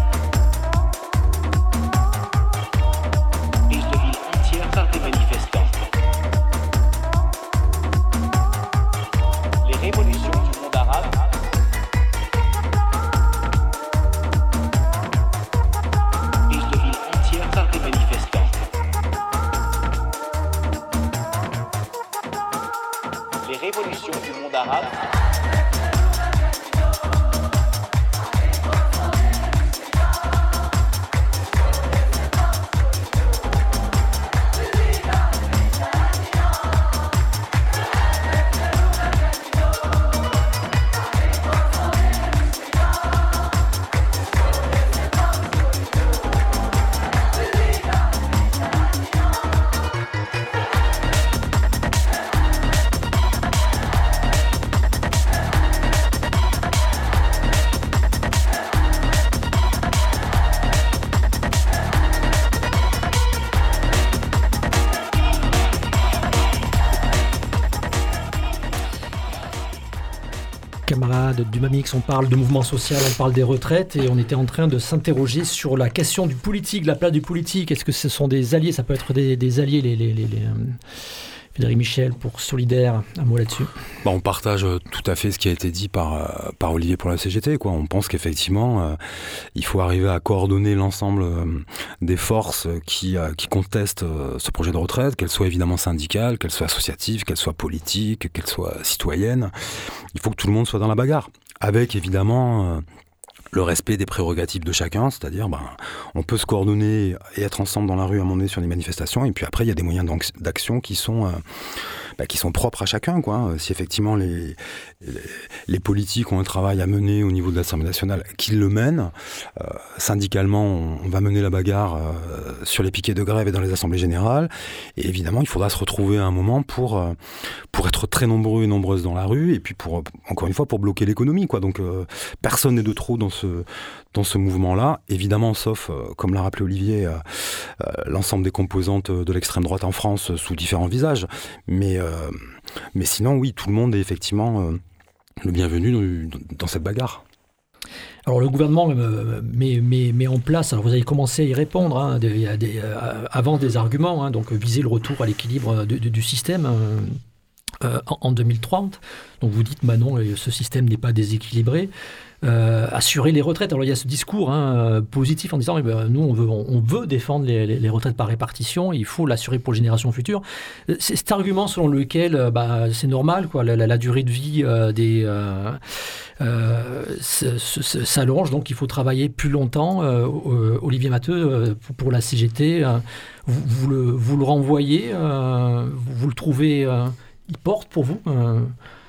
E: Prise de ville entière par des manifestants. Les révolutions du monde arabe. Prise de ville entière par des manifestants. Les révolutions du monde arabe.
B: Camarades du Mamix, on parle de mouvement social, on parle des retraites et on était en train de s'interroger sur la question du politique, la place du politique. Est-ce que ce sont des alliés? Ça peut être des, des alliés, les, les, les, les euh, Frédéric Michel pour Solidaire, un mot là-dessus.
C: Bah, on partage tout à fait ce qui a été dit par, euh, par Olivier pour la C G T, quoi. On pense qu'effectivement, euh, il faut arriver à coordonner l'ensemble euh, des forces qui, euh, qui contestent euh, ce projet de retraite, qu'elles soient évidemment syndicales, qu'elles soient associatives, qu'elles soient politiques, qu'elles soient citoyennes. Il faut que tout le monde soit dans la bagarre, avec évidemment euh, le respect des prérogatives de chacun, c'est-à-dire ben, on peut se coordonner et être ensemble dans la rue à un moment donné sur des manifestations, et puis après il y a des moyens d'action qui sont, euh, bah, qui sont propres à chacun, quoi. Si effectivement les, les, les politiques ont un travail à mener au niveau de l'Assemblée nationale, qu'ils le mènent, euh, syndicalement on, on va mener la bagarre euh, sur les piquets de grève et dans les assemblées générales, et évidemment il faudra se retrouver à un moment pour, euh, pour être très nombreux et nombreuses dans la rue, et puis pour, encore une fois, pour bloquer l'économie, quoi. Donc euh, personne n'est de trop dans ce Ce, dans ce mouvement-là, évidemment, sauf, euh, comme l'a rappelé Olivier, euh, euh, l'ensemble des composantes de l'extrême droite en France euh, sous différents visages. Mais, euh, mais sinon, oui, tout le monde est effectivement euh, le bienvenu dans, dans cette bagarre.
B: Alors le gouvernement euh, met, met, met en place, alors vous avez commencé à y répondre, hein, des, des, euh, avant des arguments, hein, donc viser le retour à l'équilibre de, de, du système euh, euh, en, en deux mille trente. Donc vous dites, bah non, ce système n'est pas déséquilibré. Euh, assurer les retraites. Alors il y a ce discours hein, positif en disant eh ben, nous on veut, on, on veut défendre les, les, les retraites par répartition, il faut l'assurer pour les générations futures. C'est cet argument selon lequel bah, c'est normal, quoi, la, la, la durée de vie euh, des euh, euh, s'allonge, donc il faut travailler plus longtemps. Euh, euh, Olivier Matteux, euh, pour, pour la C G T, euh, vous, vous, le, vous le renvoyez, euh, vous, vous le trouvez, euh, il porte pour vous euh,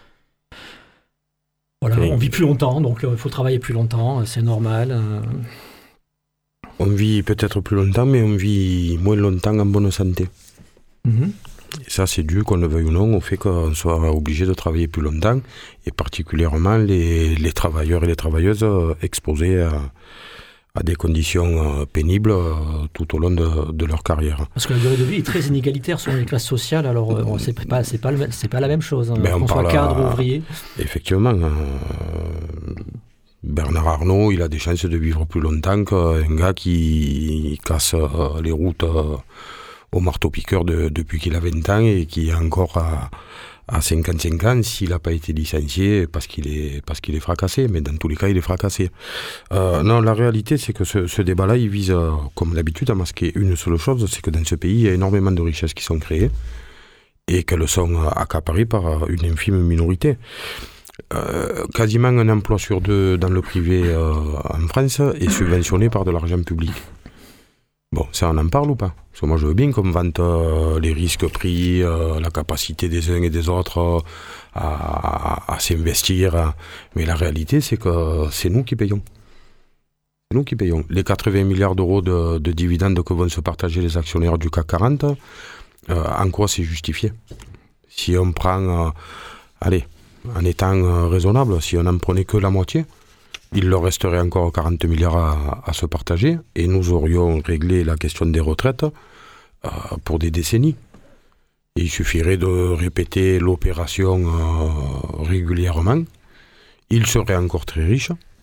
B: Voilà, on vit plus longtemps, donc il euh, faut travailler plus longtemps, c'est normal. Euh...
D: On vit peut-être plus longtemps, mais on vit moins longtemps en bonne santé. Mm-hmm. Et ça, c'est dû, qu'on le veuille ou non, au fait qu'on soit obligé de travailler plus longtemps, et particulièrement les, les travailleurs et les travailleuses exposés à, à des conditions pénibles tout au long de, de leur carrière.
B: Parce que la durée de vie est très inégalitaire selon les classes sociales, alors euh, c'est pas, c'est pas, c'est pas la même chose, hein,
D: ben
B: qu'on soit cadre ou ouvrier.
D: Effectivement. Euh, Bernard Arnault, il a des chances de vivre plus longtemps qu'un gars qui casse euh, les routes euh, au marteau-piqueur de, depuis qu'il a vingt ans et qui est encore à, à cinquante-cinq ans s'il n'a pas été licencié parce qu'il est, parce qu'il est fracassé, mais dans tous les cas, il est fracassé. Euh, non, la réalité, c'est que ce, ce débat-là, il vise, euh, comme d'habitude, à masquer une seule chose, c'est que dans ce pays, il y a énormément de richesses qui sont créées et qu'elles sont accaparées par une infime minorité. Euh, quasiment un emploi sur deux dans le privé euh, en France est subventionné par de l'argent public. Bon, ça on en parle ou pas? Parce que moi je veux bien qu'on vante euh, les risques pris, euh, la capacité des uns et des autres euh, à, à, à s'investir, hein. Mais la réalité c'est que c'est nous qui payons. C'est nous qui payons. Les quatre-vingts milliards d'euros de, de dividendes que vont se partager les actionnaires du C A C quarante, euh, en quoi c'est justifié? Si on prend, euh, allez, en étant euh, raisonnable, si on n'en prenait que la moitié, il leur resterait encore quarante milliards à, à se partager et nous aurions réglé la question des retraites euh, pour des décennies. Et il suffirait de répéter l'opération euh, régulièrement. Ils seraient encore très riches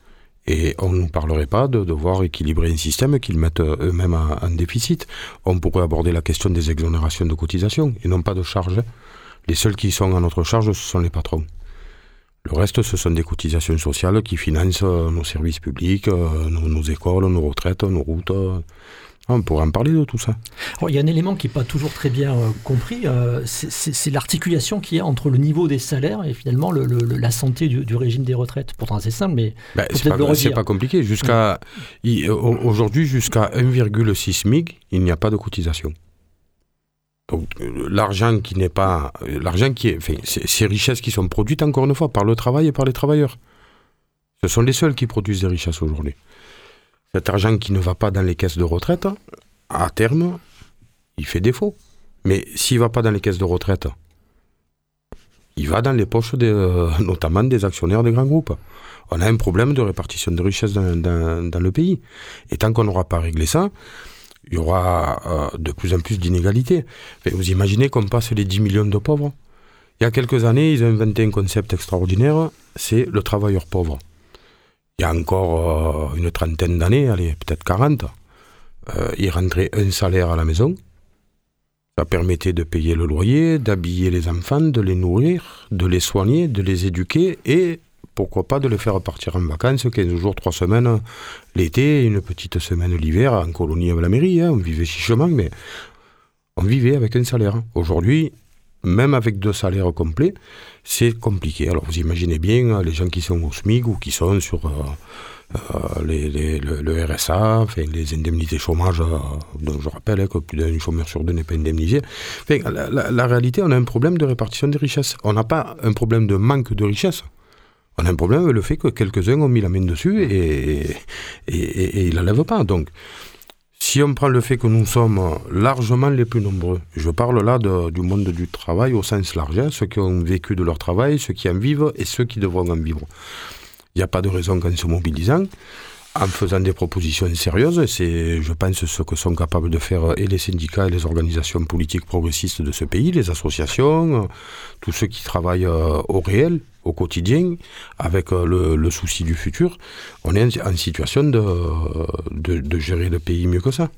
D: Et on ne nous parlerait pas de devoir équilibrer un système qu'ils mettent eux-mêmes en, en déficit. On pourrait aborder la question des exonérations de cotisations et non pas de charges. Les seuls qui sont à notre charge, ce sont les patrons. Le reste, ce sont des cotisations sociales qui financent nos services publics, nos, nos écoles, nos retraites, nos routes. On pourrait en parler de tout ça.
B: Alors, il y a un élément qui n'est pas toujours très bien euh, compris, euh, c'est, c'est, c'est l'articulation qu'il y a entre le niveau des salaires et finalement le, le, la santé du, du régime des retraites. Pourtant c'est simple, mais
D: ben, c'est, pas, c'est pas compliqué. Jusqu'à, ouais. il, aujourd'hui, jusqu'à un virgule six S M I C, il n'y a pas de cotisation. Donc l'argent qui n'est pas... L'argent qui est... Enfin, ces richesses qui sont produites, encore une fois, par le travail et par les travailleurs. Ce sont les seuls qui produisent des richesses aujourd'hui. Cet argent qui ne va pas dans les caisses de retraite, à terme, il fait défaut. Mais s'il ne va pas dans les caisses de retraite, il va dans les poches, des, euh, notamment des actionnaires des grands groupes. On a un problème de répartition de richesses dans, dans, dans le pays. Et tant qu'on n'aura pas réglé ça, il y aura euh, de plus en plus d'inégalités. Enfin, vous imaginez qu'on passe les dix millions de pauvres. Il y a quelques années, ils ont inventé un concept extraordinaire, c'est le travailleur pauvre. Il y a encore euh, une trentaine d'années, allez, peut-être quarante, euh, il rentrait un salaire à la maison. Ça permettait de payer le loyer, d'habiller les enfants, de les nourrir, de les soigner, de les éduquer et pourquoi pas de les faire partir en vacances, quinze jours, trois semaines l'été, une petite semaine l'hiver, en colonie avec la mairie. Hein, on vivait chichement, mais on vivait avec un salaire. Aujourd'hui, même avec deux salaires complets, c'est compliqué. Alors vous imaginez bien les gens qui sont au S M I C ou qui sont sur euh, euh, les, les, le, le R S A, enfin, les indemnités chômage, euh, dont je rappelle hein, que plus d'un chômeur sur deux n'est pas indemnisé. Enfin, la, la, la réalité, on a un problème de répartition des richesses. On n'a pas un problème de manque de richesse. On a un problème avec le fait que quelques-uns ont mis la main dessus et, et, et, et ils ne la lèvent pas. Donc, si on prend le fait que nous sommes largement les plus nombreux, je parle là de, du monde du travail au sens large, hein, ceux qui ont vécu de leur travail, ceux qui en vivent et ceux qui devront en vivre. Il n'y a pas de raison qu'en se mobilisant, en faisant des propositions sérieuses, c'est, je pense, ce que sont capables de faire et les syndicats et les organisations politiques progressistes de ce pays, les associations, tous ceux qui travaillent au réel, au quotidien, avec le, le souci du futur, on est en situation de, de, de gérer le pays mieux que ça.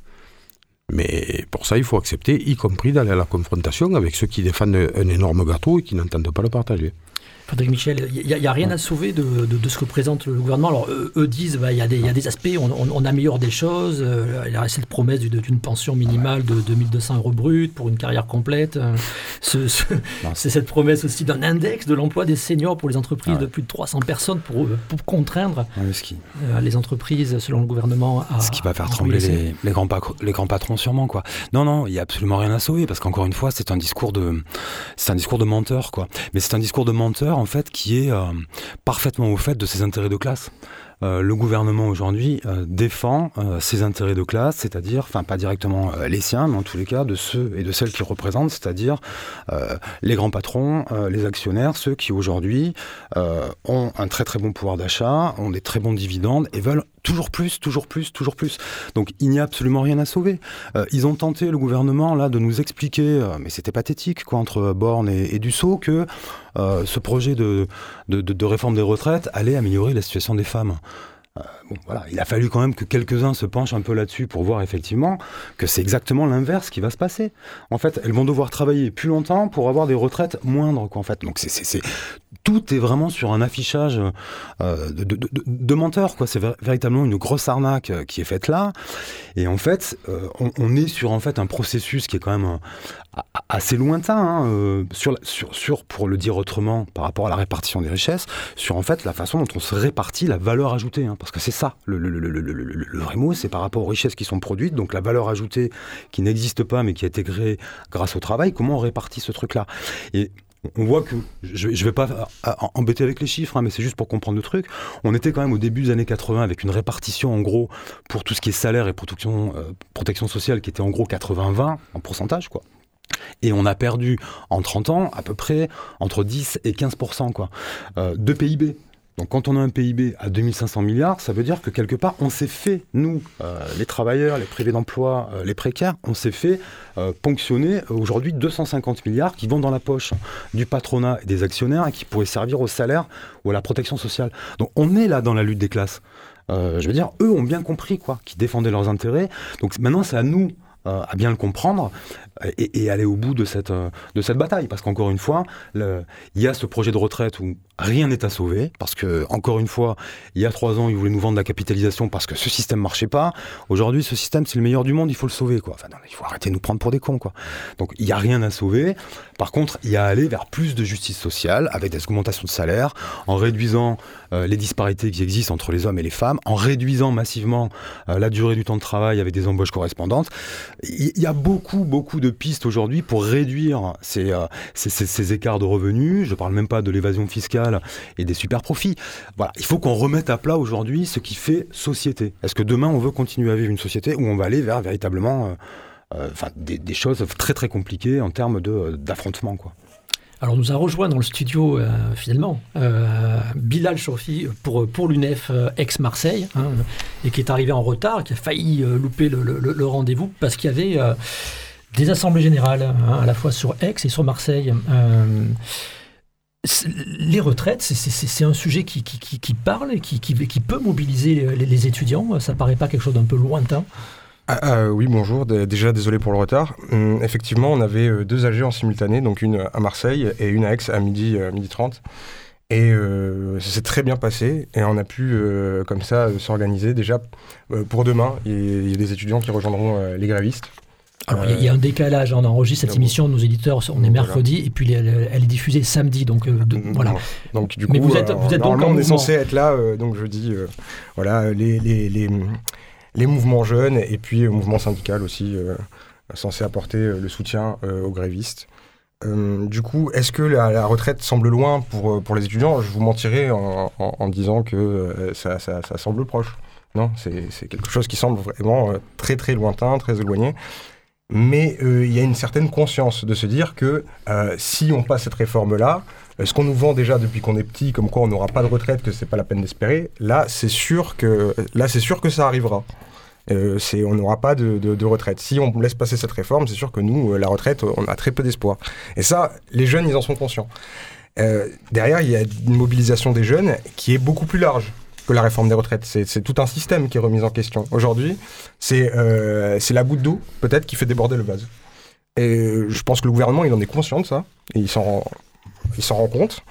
D: Mais pour ça, il faut accepter, y compris d'aller à la confrontation avec ceux qui défendent un énorme gâteau et qui n'entendent pas le partager.
B: Frédéric Michel, il n'y a, a rien à sauver de, de, de ce que présente le gouvernement. Alors, eux, eux disent qu'il bah, y, y a des aspects, on, on, on améliore des choses. Euh, il y a cette promesse d'une, d'une pension minimale de deux mille deux cents euros brut pour une carrière complète. Euh, ce, ce, c'est cette promesse aussi d'un index de l'emploi des seniors pour les entreprises ah ouais. de plus de trois cents personnes pour, pour contraindre ouais, qui, euh, les entreprises, selon le gouvernement, à...
C: Ce qui va faire trembler les, les, grands pa- les grands patrons sûrement. Quoi. Non, non, il n'y a absolument rien à sauver parce qu'encore une fois, c'est un discours de, c'est un discours de menteur. Quoi. Mais c'est un discours de menteur en fait, qui est euh, parfaitement au fait de ses intérêts de classe. Euh, le gouvernement aujourd'hui euh, défend euh, ses intérêts de classe, c'est-à-dire, enfin pas directement euh, les siens, mais en tous les cas de ceux et de celles qu'ils représentent, c'est-à-dire euh, les grands patrons, euh, les actionnaires, ceux qui aujourd'hui euh, ont un très très bon pouvoir d'achat, ont des très bons dividendes et veulent toujours plus, toujours plus, toujours plus. Donc il n'y a absolument rien à sauver. Euh, ils ont tenté, le gouvernement, là, de nous expliquer, euh, mais c'était pathétique, quoi, entre Borne et, et Dussopt, que euh, ce projet de, de, de, de réforme des retraites allait améliorer la situation des femmes. Euh, bon, voilà, il a fallu quand même que quelques-uns se penchent un peu là-dessus pour voir effectivement que c'est exactement l'inverse qui va se passer. En fait, elles vont devoir travailler plus longtemps pour avoir des retraites moindres, quoi, en fait. Donc c'est, c'est, c'est... tout est vraiment sur un affichage euh, de, de, de, de menteurs, quoi. C'est véritablement une grosse arnaque euh, qui est faite là. Et en fait, euh, on, on est sur en fait un processus qui est quand même euh, assez lointain, hein, euh, sur, sur, sur, pour le dire autrement, par rapport à la répartition des richesses, sur en fait la façon dont on se répartit la valeur ajoutée, hein, parce que c'est ça, le, le, le, le, le, le, le vrai mot, c'est par rapport aux richesses qui sont produites, donc la valeur ajoutée qui n'existe pas mais qui a été créée grâce au travail, comment on répartit ce truc-là. Et on voit que, je ne vais pas embêter avec les chiffres, hein, mais c'est juste pour comprendre le truc, on était quand même au début des années quatre-vingts avec une répartition en gros pour tout ce qui est salaire et protection, euh, protection sociale qui était en gros quatre-vingts vingt en pourcentage, quoi. Et on a perdu en trente ans à peu près entre dix et quinze pour cent quoi, euh, de P I B. Donc quand on a un P I B à deux mille cinq cents milliards, ça veut dire que quelque part, on s'est fait, nous, euh, les travailleurs, les privés d'emploi, euh, les précaires, on s'est fait euh, ponctionner euh, aujourd'hui deux cent cinquante milliards qui vont dans la poche du patronat et des actionnaires et qui pourraient servir au salaire ou à la protection sociale. Donc on est là dans la lutte des classes. euh, je veux dire, eux ont bien compris quoi, qu'ils défendaient leurs intérêts. Donc maintenant, c'est à nous euh, à bien le comprendre et, et aller au bout de cette, euh, de cette bataille. Parce qu'encore une fois, le, il y a ce projet de retraite où rien n'est à sauver. Parce que, encore une fois, il y a trois ans, ils voulaient nous vendre la capitalisation parce que ce système ne marchait pas. Aujourd'hui, ce système, c'est le meilleur du monde, il faut le sauver, quoi. Enfin, non, il faut arrêter de nous prendre pour des cons, quoi. Donc, il n'y a rien à sauver. Par contre, il y a à aller vers plus de justice sociale, avec des augmentations de salaire, en réduisant euh, les disparités qui existent entre les hommes et les femmes, en réduisant massivement euh, la durée du temps de travail avec des embauches correspondantes. Il y a beaucoup, beaucoup de pistes aujourd'hui pour réduire ces, euh, ces, ces, ces écarts de revenus. Je ne parle même pas de l'évasion fiscale et des super profits. Voilà, il faut qu'on remette à plat aujourd'hui ce qui fait société. Est-ce que demain, on veut continuer à vivre une société où on va aller vers véritablement euh, euh, enfin, des, des choses très, très compliquées en termes de, d'affrontement, quoi.
B: Alors, on nous a rejoint dans le studio, euh, finalement, euh, Bilal Chofi pour, pour l'U N E F euh, ex-Marseille, hein, et qui est arrivé en retard, qui a failli euh, louper le, le, le rendez-vous parce qu'il y avait euh, des assemblées générales, hein, à la fois sur Aix et sur Marseille. Euh, les retraites, c'est, c'est, c'est un sujet qui, qui, qui, qui parle et qui, qui, qui peut mobiliser les, les étudiants. Ça ne paraît pas quelque chose d'un peu lointain.
F: Ah, euh, oui, bonjour. D- déjà, désolé pour le retard. Hum, effectivement, on avait euh, deux A G en simultané, donc une à Marseille et une à Aix à midi, euh, midi trente. Et euh, ça s'est très bien passé. Et on a pu, euh, comme ça, euh, s'organiser. Déjà, euh, pour demain, il y a des étudiants qui rejoindront euh, les grévistes.
B: Alors, il euh, y, y a un décalage. On enregistre cette émission, nos éditeurs, on est mercredi, voilà. Et puis elle, elle est diffusée samedi. Donc, euh, de, voilà.
F: Donc, du coup,
B: mais vous êtes,
F: euh,
B: vous êtes
F: normalement,
B: donc
F: on est censé être là, euh, donc jeudi. Euh, voilà, les... les, les les mouvements jeunes et puis le mouvement syndical aussi, euh, censé apporter euh, le soutien euh, aux grévistes. Euh, du coup, est-ce que la, la retraite semble loin pour, pour les étudiants ? Je vous mentirais en, en, en disant que euh, ça, ça, ça semble proche. Non, c'est, c'est quelque chose qui semble vraiment euh, très très lointain, très éloigné. Mais euh, il y a une certaine conscience de se dire que euh, si on passe cette réforme-là, euh, ce qu'on nous vend déjà depuis qu'on est petit, comme quoi on n'aura pas de retraite, que c'est pas la peine d'espérer, là c'est sûr que, là, c'est sûr que ça arrivera. Euh, c'est, on n'aura pas de, de, de retraite. Si on laisse passer cette réforme, c'est sûr que nous, euh, la retraite, on a très peu d'espoir. Et ça, les jeunes, ils en sont conscients. Euh, derrière, il y a une mobilisation des jeunes qui est beaucoup plus large que la réforme des retraites. C'est, c'est tout un système qui est remis en question. Aujourd'hui, c'est, euh, c'est la goutte d'eau, peut-être, qui fait déborder le vase. Et je pense que le gouvernement, il en est conscient de ça. Et il s'en rend, il s'en rend compte.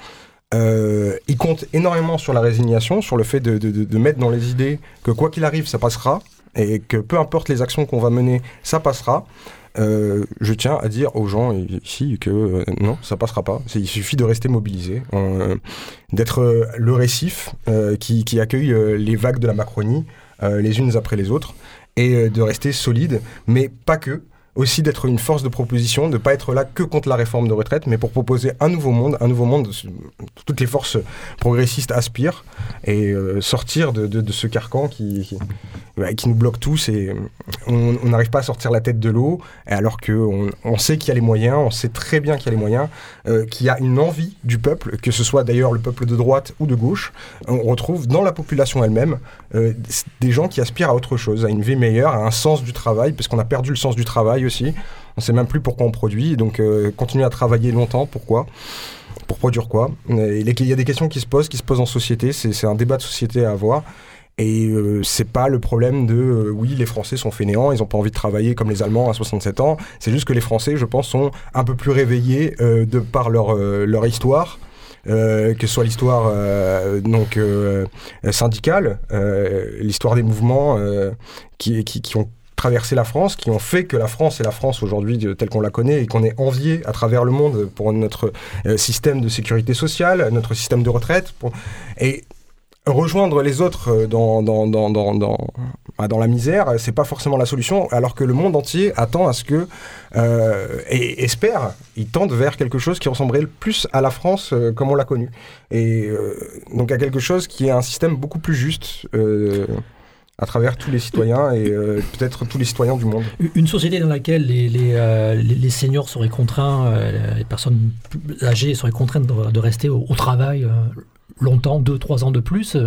F: Euh, il compte énormément sur la résignation, sur le fait de, de, de, de mettre dans les idées que quoi qu'il arrive, ça passera. Et que peu importe les actions qu'on va mener, ça passera. Euh, je tiens à dire aux gens ici que euh, non, ça passera pas. C'est, il suffit de rester mobilisé, euh, d'être euh, le récif euh, qui, qui accueille euh, les vagues de la Macronie, euh, les unes après les autres, et euh, de rester solide, mais pas que. Aussi d'être une force de proposition, de ne pas être là que contre la réforme de retraite, mais pour proposer un nouveau monde, un nouveau monde, toutes les forces progressistes aspirent, et euh, sortir de, de, de ce carcan qui, qui, bah, qui nous bloque tous, et on n'arrive pas à sortir la tête de l'eau, alors qu'on on sait qu'il y a les moyens, on sait très bien qu'il y a les moyens, euh, qu'il y a une envie du peuple, que ce soit d'ailleurs le peuple de droite ou de gauche, on retrouve dans la population elle-même euh, des gens qui aspirent à autre chose, à une vie meilleure, à un sens du travail, parce qu'on a perdu le sens du travail aussi. On ne sait même plus pourquoi on produit, donc euh, continuer à travailler longtemps, pourquoi ? Pour produire quoi ? Il y a des questions qui se posent, qui se posent en société, c'est, c'est un débat de société à avoir, et euh, c'est pas le problème de euh, oui, les Français sont fainéants, ils n'ont pas envie de travailler comme les Allemands à soixante-sept ans, c'est juste que les Français, je pense, sont un peu plus réveillés euh, de par leur, euh, leur histoire. Euh, que ce soit l'histoire euh, donc, euh, syndicale, euh, l'histoire des mouvements euh, qui, qui, qui ont traversé la France, qui ont fait que la France est la France aujourd'hui telle qu'on la connaît et qu'on est envié à travers le monde pour notre euh, système de sécurité sociale, notre système de retraite. Pour... Et rejoindre les autres dans, dans, dans, dans, dans, dans la misère, c'est pas forcément la solution, alors que le monde entier attend à ce que, euh, et espère, il tente vers quelque chose qui ressemblerait le plus à la France euh, comme on l'a connue. Et euh, donc à quelque chose qui est un système beaucoup plus juste, euh, à travers tous les citoyens et euh, peut-être tous les citoyens du monde.
B: Une société dans laquelle les, les, euh, les, les seniors seraient contraints, euh, les personnes âgées seraient contraintes de, de rester au, au travail euh, longtemps, deux, trois ans de plus, euh,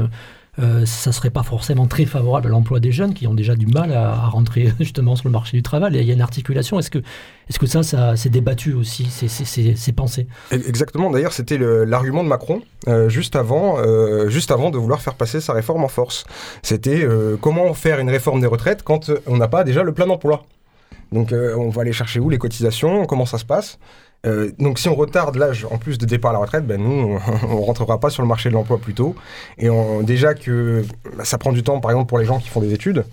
B: euh, ça ne serait pas forcément très favorable à l'emploi des jeunes qui ont déjà du mal à, à rentrer justement sur le marché du travail. Il y a une articulation. Est-ce que, est-ce que ça, ça c'est débattu aussi, c'est, c'est, c'est, c'est pensé?
F: Exactement. D'ailleurs, c'était le, l'argument de Macron euh, juste avant, euh, juste avant de vouloir faire passer sa réforme en force. C'était euh, comment faire une réforme des retraites quand on n'a pas déjà le plein emploi. Donc, euh, on va aller chercher où les cotisations, comment ça se passe. Euh, donc si on retarde l'âge en plus de départ à la retraite, ben nous on, on rentrera pas sur le marché de l'emploi plus tôt. Et on, déjà que bah, ça prend du temps, par exemple pour les gens qui font des études,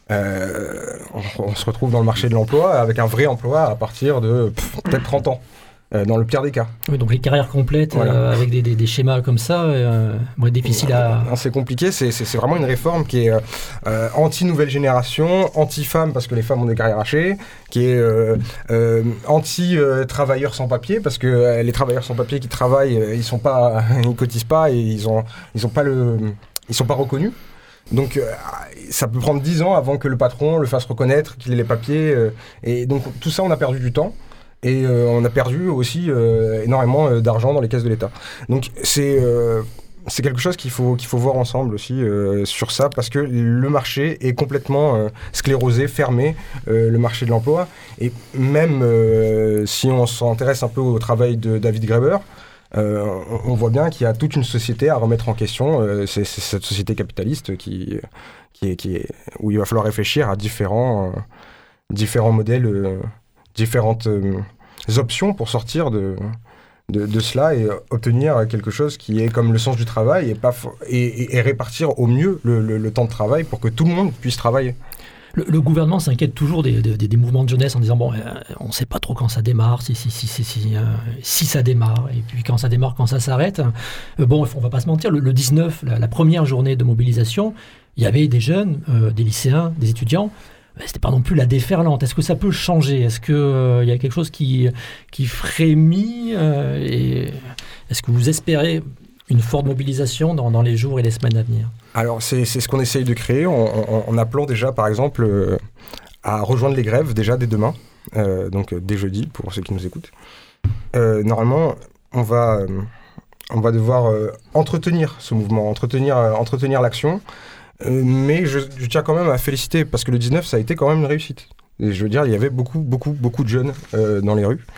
F: euh, on, on se retrouve dans le marché de l'emploi avec un vrai emploi à partir de pff, peut-être trente ans. Euh, dans le pire des cas.
B: Oui, donc les carrières complètes
F: voilà.
B: euh, avec des, des, des schémas comme ça, euh, bon, difficile à...
F: Non, c'est compliqué, c'est, c'est, c'est vraiment une réforme qui est euh, anti-nouvelle génération, anti-femme parce que les femmes ont des carrières hachées, qui est euh, euh, anti-travailleurs sans papier parce que euh, les travailleurs sans papier qui travaillent, euh, ils sont pas, ils cotisent pas et ils ont, ils ont pas le, ils sont pas reconnus. Donc euh, ça peut prendre dix ans avant que le patron le fasse reconnaître, qu'il ait les papiers. Euh, et donc tout ça, on a perdu du temps. Et euh, on a perdu aussi euh, énormément euh, d'argent dans les caisses de l'État. Donc c'est, euh, c'est quelque chose qu'il faut, qu'il faut voir ensemble aussi euh, sur ça, parce que le marché est complètement euh, sclérosé, fermé, euh, le marché de l'emploi. Et même euh, si on s'intéresse un peu au travail de David Graeber, euh, on, on voit bien qu'il y a toute une société à remettre en question. Euh, c'est, c'est cette société capitaliste qui, qui est, qui est, où il va falloir réfléchir à différents, euh, différents modèles euh, différentes euh, options pour sortir de, de, de cela et obtenir quelque chose qui est comme le sens du travail et, pas fo- et, et, et répartir au mieux le, le, le temps de travail pour que tout le monde puisse travailler.
B: Le, le gouvernement s'inquiète toujours des, des, des mouvements de jeunesse en disant bon, euh, on ne sait pas trop quand ça démarre, si, si, si, si, si, euh, si ça démarre, et puis quand ça démarre, quand ça s'arrête. Euh, bon, on ne va pas se mentir, le, le dix-neuf, la, la première journée de mobilisation, il y avait des jeunes, euh, des lycéens, des étudiants. C'était pas non plus la déferlante. Est-ce que ça peut changer? Est-ce qu'il euh, y a quelque chose qui, qui frémit euh, et est-ce que vous espérez une forte mobilisation dans, dans les jours et les semaines à venir?
F: Alors, c'est, c'est ce qu'on essaye de créer en, en, en appelant déjà, par exemple, euh, à rejoindre les grèves déjà dès demain, euh, donc dès jeudi, pour ceux qui nous écoutent. Euh, normalement, on va, euh, on va devoir euh, entretenir ce mouvement, entretenir, euh, entretenir l'action. Euh, mais je, je tiens quand même à féliciter parce que le dix-neuf ça a été quand même une réussite. Et je veux dire, il y avait beaucoup, beaucoup, beaucoup de jeunes euh, dans les rues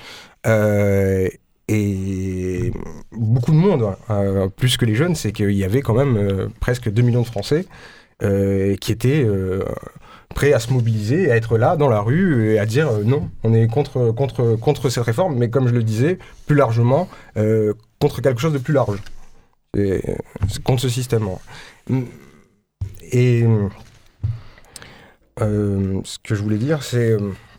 F: euh, et beaucoup de monde. Euh, plus que les jeunes, c'est qu'il y avait quand même euh, presque deux millions de Français euh, qui étaient euh, prêts à se mobiliser, à être là dans la rue et à dire euh, non, on est contre, contre, contre cette réforme, mais comme je le disais, plus largement, euh, contre quelque chose de plus large. Et, contre ce système. Et euh, ce que je voulais dire, c'est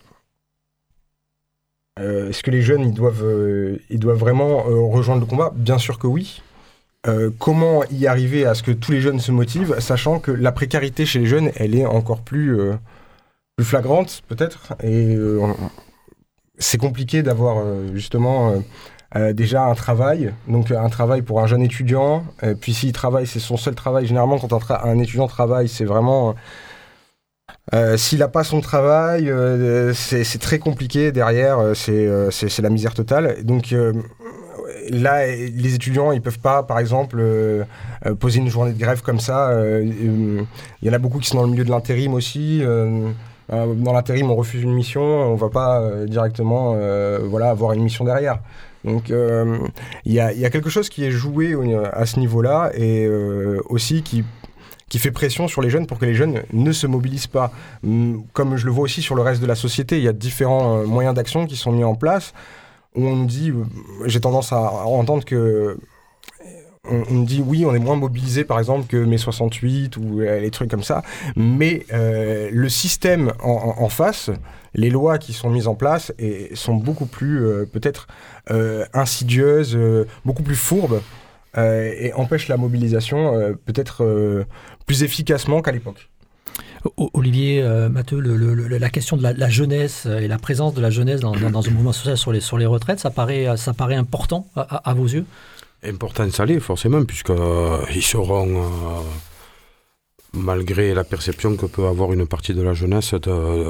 F: euh, est-ce que les jeunes ils doivent, euh, ils doivent vraiment euh, rejoindre le combat? Bien sûr que oui. Euh, comment y arriver à ce que tous les jeunes se motivent, sachant que la précarité chez les jeunes, elle est encore plus, euh, plus flagrante peut-être, et euh, on, c'est compliqué d'avoir euh, justement euh, euh, déjà un travail, donc un travail pour un jeune étudiant, euh, puis s'il travaille, c'est son seul travail. Généralement, quand un, tra- un étudiant travaille, c'est vraiment... Euh, s'il n'a pas son travail, euh, c'est, c'est très compliqué derrière, euh, c'est, euh, c'est, c'est la misère totale. Donc euh, là, les étudiants, ils ne peuvent pas, par exemple, euh, euh, poser une journée de grève comme ça. Il euh, euh, y en a beaucoup qui sont dans le milieu de l'intérim aussi. Euh, euh, dans l'intérim, on refuse une mission, on ne va pas euh, directement euh, voilà, avoir une mission derrière. Donc il euh, y, y a quelque chose qui est joué à ce niveau-là et euh, aussi qui... qui fait pression sur les jeunes pour que les jeunes ne se mobilisent pas. Comme je le vois aussi sur le reste de la société, il y a différents euh, moyens d'action qui sont mis en place, où on nous dit, euh, j'ai tendance à entendre que, on, on me dit oui, on est moins mobilisé par exemple que mai soixante-huit ou euh, les trucs comme ça, mais euh, le système en, en, en face, les lois qui sont mises en place et, sont beaucoup plus euh, peut-être euh, insidieuses, euh, beaucoup plus fourbes, Euh, et empêche la mobilisation euh, peut-être euh, plus efficacement qu'à l'époque.
B: Olivier euh, Matteux, le, le, le, la question de la, la jeunesse et la présence de la jeunesse dans, dans, dans un mouvement social sur les, sur les retraites, ça paraît, ça paraît important à, à, à vos yeux?
D: Important, ça l'est forcément, puisqu'ils euh, seront, euh, malgré la perception que peut avoir une partie de la jeunesse, de, euh,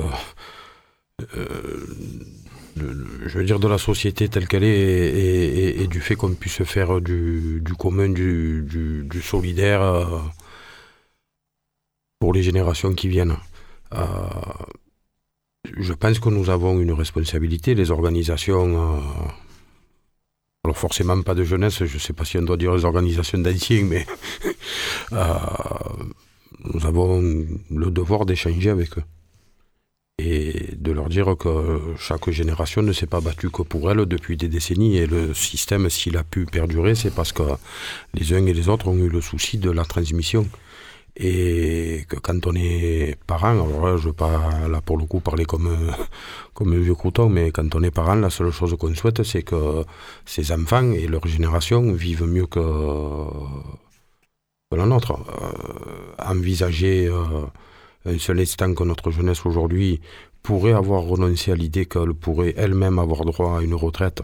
D: De, je veux dire de la société telle qu'elle est et, et, et, et du fait qu'on puisse faire du, du commun, du, du, du solidaire, euh, pour les générations qui viennent. Euh, je pense que nous avons une responsabilité, les organisations, euh, alors forcément pas de jeunesse, je ne sais pas si on doit dire les organisations d'anciens, mais euh, nous avons le devoir d'échanger avec eux. Et de leur dire que chaque génération ne s'est pas battue que pour elle depuis des décennies. Et le système, s'il a pu perdurer, c'est parce que les uns et les autres ont eu le souci de la transmission. Et que quand on est parent, alors là, je ne veux pas là pour le coup parler comme, comme un vieux crouton, mais quand on est parent, la seule chose qu'on souhaite, c'est que ces enfants et leur génération vivent mieux que, que la nôtre. Euh, envisager... Euh, un seul instant que notre jeunesse aujourd'hui pourrait avoir renoncé à l'idée qu'elle pourrait elle-même avoir droit à une retraite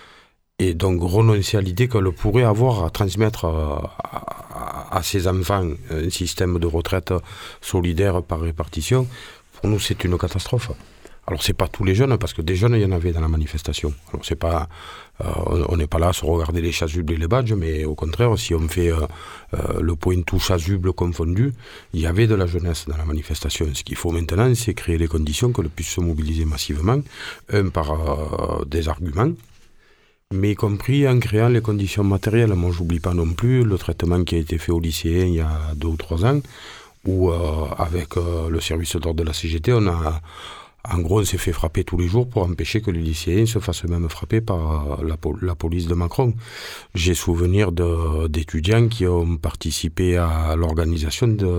D: et donc renoncer à l'idée qu'elle pourrait avoir à transmettre à, à, à ses enfants un système de retraite solidaire par répartition, pour nous c'est une catastrophe. Alors c'est pas tous les jeunes, parce que des jeunes il y en avait dans la manifestation. Alors c'est pas, euh, on n'est pas là à se regarder les chasubles et les badges, mais au contraire, si on fait euh, euh, le point tout chasuble confondu, il y avait de la jeunesse dans la manifestation. Ce qu'il faut maintenant, c'est créer les conditions qu'elle puisse se mobiliser massivement, un par euh, des arguments, mais y compris en créant les conditions matérielles. Moi, j'oublie pas non plus le traitement qui a été fait aux lycéens il y a deux ou trois ans, où euh, avec euh, le service d'ordre de la C G T, on a En gros, on s'est fait frapper tous les jours pour empêcher que les lycéens se fassent même frapper par la, la police de Macron. J'ai souvenir de, d'étudiants qui ont participé à l'organisation de,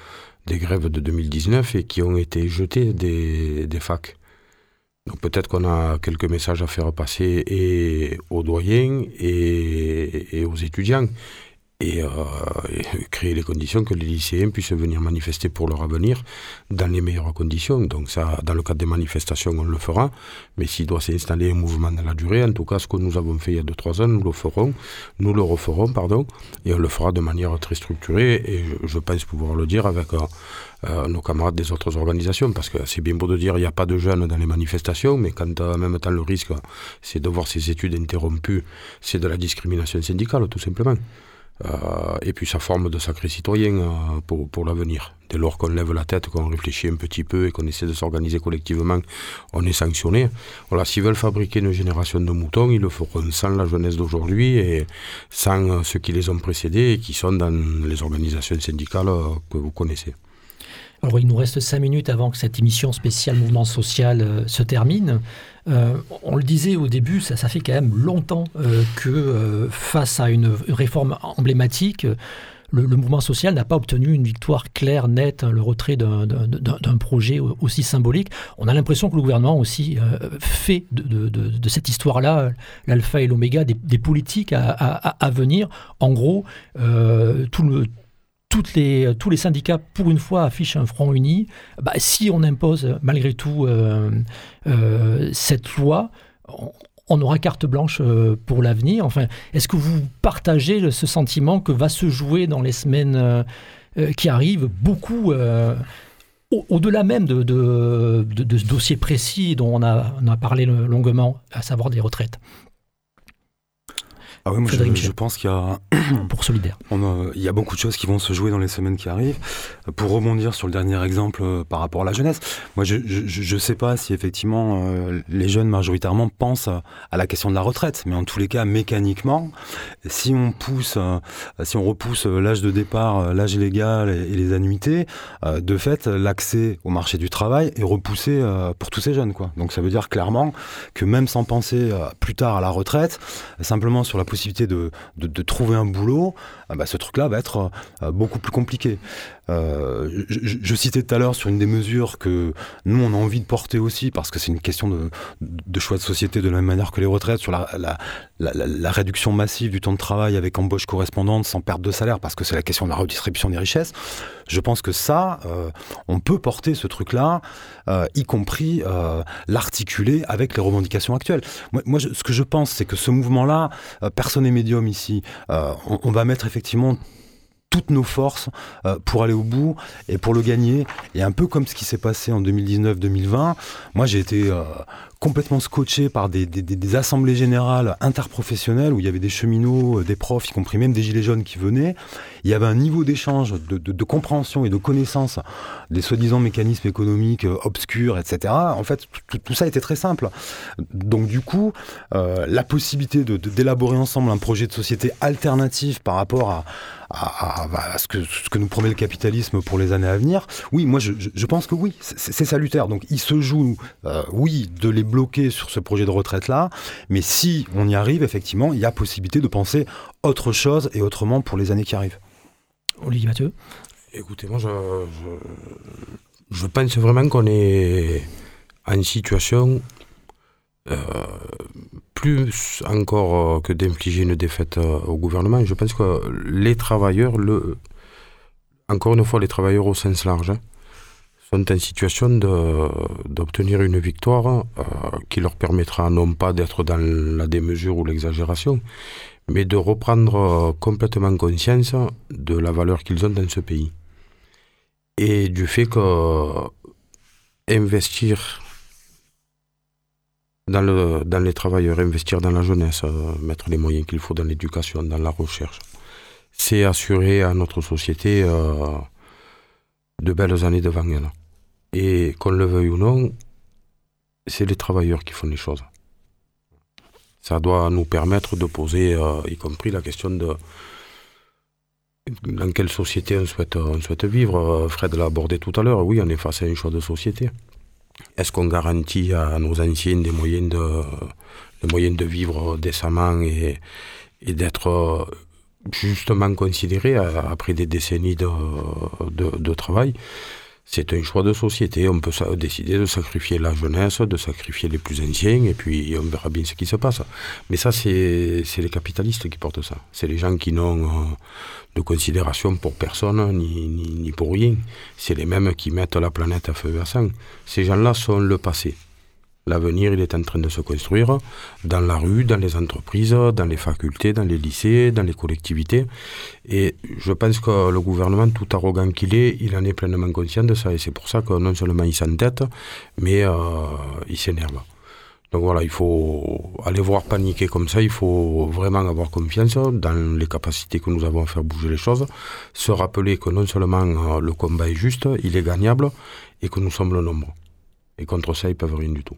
D: des grèves de deux mille dix-neuf et qui ont été jetés des, des facs. Donc peut-être qu'on a quelques messages à faire passer et aux doyens et, et aux étudiants. Et, euh, et créer les conditions que les lycéens puissent venir manifester pour leur avenir dans les meilleures conditions. Donc ça, dans le cadre des manifestations, on le fera, mais s'il doit s'installer un mouvement dans la durée, en tout cas ce que nous avons fait il y a deux trois ans, nous le ferons, nous le referons, pardon, et on le fera de manière très structurée, et je, je pense pouvoir le dire avec euh, euh, nos camarades des autres organisations, parce que c'est bien beau de dire il n'y a pas de jeunes dans les manifestations, mais quand en même temps le risque, c'est de voir ces études interrompues, c'est de la discrimination syndicale, tout simplement. Euh, et puis ça forme de sacrés citoyens euh, pour, pour l'avenir. Dès lors qu'on lève la tête, qu'on réfléchit un petit peu et qu'on essaie de s'organiser collectivement, on est sanctionné. Voilà, s'ils veulent fabriquer une génération de moutons, ils le feront sans la jeunesse d'aujourd'hui et sans euh, ceux qui les ont précédés et qui sont dans les organisations syndicales euh, que vous connaissez.
B: Alors, il nous reste cinq minutes avant que cette émission spéciale Mouvement Social euh, se termine. Euh, on le disait au début, ça, ça fait quand même longtemps euh, que euh, face à une réforme emblématique, le, le mouvement social n'a pas obtenu une victoire claire, nette, le retrait d'un, d'un, d'un projet aussi symbolique. On a l'impression que le gouvernement aussi euh, fait de, de, de, de cette histoire-là l'alpha et l'oméga des, des politiques à, à, à venir. En gros, euh, tout le... Toutes les, tous les syndicats, pour une fois, affichent un front uni. Bah, si on impose malgré tout euh, euh, cette loi, on, on aura carte blanche euh, pour l'avenir. Enfin, est-ce que vous partagez ce sentiment que va se jouer dans les semaines euh, euh, qui arrivent beaucoup euh, au, au-delà même de, de, de, de ce dossier précis dont on a, on a parlé longuement, à savoir des retraites?
C: Ah oui, moi je, je pense qu'il y a
B: pour Solidaire.
C: On a, il y a beaucoup de choses qui vont se jouer dans les semaines qui arrivent. Pour rebondir sur le dernier exemple euh, par rapport à la jeunesse, moi je je, je sais pas si effectivement euh, les jeunes majoritairement pensent à, à la question de la retraite, mais en tous les cas mécaniquement, si on pousse, euh, si on repousse l'âge de départ, euh, l'âge légal et, et les annuités, euh, de fait l'accès au marché du travail est repoussé euh, pour tous ces jeunes, quoi. Donc ça veut dire clairement que même sans penser euh, plus tard à la retraite, simplement sur la possibilité De, de, de trouver un boulot, bah, ce truc-là va être euh, beaucoup plus compliqué. Euh, je, je citais tout à l'heure sur une des mesures que nous on a envie de porter aussi parce que c'est une question de, de choix de société de la même manière que les retraites, sur la, la, la, la, la réduction massive du temps de travail avec embauche correspondante sans perte de salaire, parce que c'est la question de la redistribution des richesses. Je pense que ça, euh, on peut porter ce truc-là, euh, y compris euh, l'articuler avec les revendications actuelles. Moi, moi je, ce que je pense, c'est que ce mouvement-là, euh, personne n'est médium ici. Euh, on, on va mettre effectivement toutes nos forces euh, pour aller au bout et pour le gagner. Et un peu comme ce qui s'est passé en deux mille dix-neuf deux mille vingt, moi j'ai été euh, complètement scotché par des, des, des assemblées générales interprofessionnelles où il y avait des cheminots, des profs, y compris même des gilets jaunes qui venaient il y avait un niveau d'échange, de, de, de compréhension et de connaissance des soi-disant mécanismes économiques euh, obscurs, et cetera. En fait, tout, tout ça était très simple. Donc du coup, euh, la possibilité de, de, d'élaborer ensemble un projet de société alternatif par rapport à, à, à, à ce, que, ce que nous promet le capitalisme pour les années à venir, oui, moi je, je pense que oui, c'est, c'est salutaire. Donc il se joue, euh, oui, de les bloquer sur ce projet de retraite-là, mais si on y arrive, effectivement, il y a possibilité de penser autre chose et autrement pour les années qui arrivent.
B: Olivier Mathieu.
D: Écoutez, moi, je, je, je pense vraiment qu'on est en situation, euh, plus encore que d'infliger une défaite au gouvernement, je pense que les travailleurs, le, encore une fois, les travailleurs au sens large, hein, sont en situation de, d'obtenir une victoire euh, qui leur permettra non pas d'être dans la démesure ou l'exagération, mais de reprendre complètement conscience de la valeur qu'ils ont dans ce pays. Et du fait que investir dans, le, dans les travailleurs, investir dans la jeunesse, euh, mettre les moyens qu'il faut dans l'éducation, dans la recherche, c'est assurer à notre société euh, de belles années devant elle. Et qu'on le veuille ou non, c'est les travailleurs qui font les choses. Ça doit nous permettre de poser, euh, y compris la question de dans quelle société on souhaite, on souhaite vivre. Fred l'a abordé tout à l'heure, oui, on est face à un choix de société. Est-ce qu'on garantit à nos anciens des moyens de, des moyens de vivre décemment et, et d'être justement considérés après des décennies de, de, de travail? C'est un choix de société. On peut décider de sacrifier la jeunesse, de sacrifier les plus anciens, et puis on verra bien ce qui se passe. Mais ça, c'est, c'est les capitalistes qui portent ça. C'est les gens qui n'ont euh, de considération pour personne, ni, ni, ni pour rien. C'est les mêmes qui mettent la planète à feu et à sang. Ces gens-là sont le passé. L'avenir, il est en train de se construire dans la rue, dans les entreprises, dans les facultés, dans les lycées, dans les collectivités. Et je pense que le gouvernement, tout arrogant qu'il est, il en est pleinement conscient de ça. Et c'est pour ça que non seulement il s'entête, mais euh, il s'énerve. Donc voilà, il faut aller voir paniquer comme ça. Il faut vraiment avoir confiance dans les capacités que nous avons à faire bouger les choses. Se rappeler que non seulement euh, le combat est juste, il est gagnable, et que nous sommes le nombre. Et contre ça, ils ne peuvent rien du tout.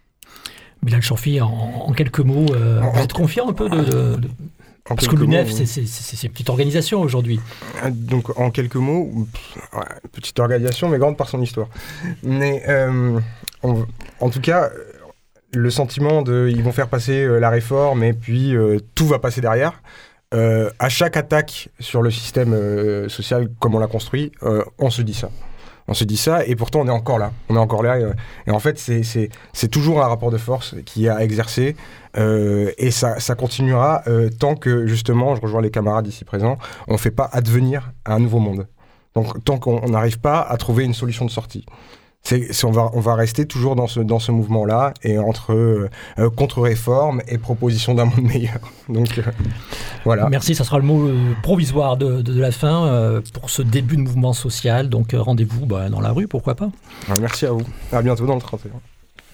B: Bilal Chanfi, en, en quelques mots, euh, vous êtes confiant un peu de... de, de... Parce que l'U N E F, mots, c'est, c'est, c'est, c'est une petite organisation aujourd'hui.
F: Donc, en quelques mots, ouais, petite organisation, mais grande par son histoire. Mais, euh, on, en tout cas, le sentiment de... Ils vont faire passer euh, la réforme et puis euh, tout va passer derrière. Euh, à chaque attaque sur le système euh, social, comme on l'a construit, euh, on se dit ça. On se dit ça, et pourtant on est encore là. On est encore là, et, et en fait, c'est, c'est, c'est toujours un rapport de force qui est à exercer, euh, et ça, ça continuera euh, tant que, justement, je rejoins les camarades ici présents, on ne fait pas advenir un nouveau monde. Donc, tant qu'on n'arrive pas à trouver une solution de sortie. C'est, c'est, on, va, on va rester toujours dans ce, dans ce mouvement-là, et entre euh, euh, contre-réforme et proposition d'un monde meilleur. Donc, euh, voilà.
B: Merci, ça sera le mot euh, provisoire de, de, de la fin euh, pour ce début de mouvement social. Donc, euh, rendez-vous bah, dans la rue, pourquoi pas.
F: Merci à vous. À bientôt dans le trente et un.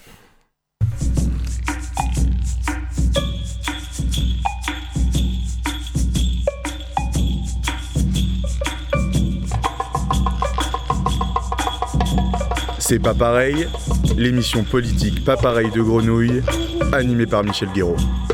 A: C'est pas pareil, l'émission politique Pas pareil de Grenouille, animée par Michel Guéraud.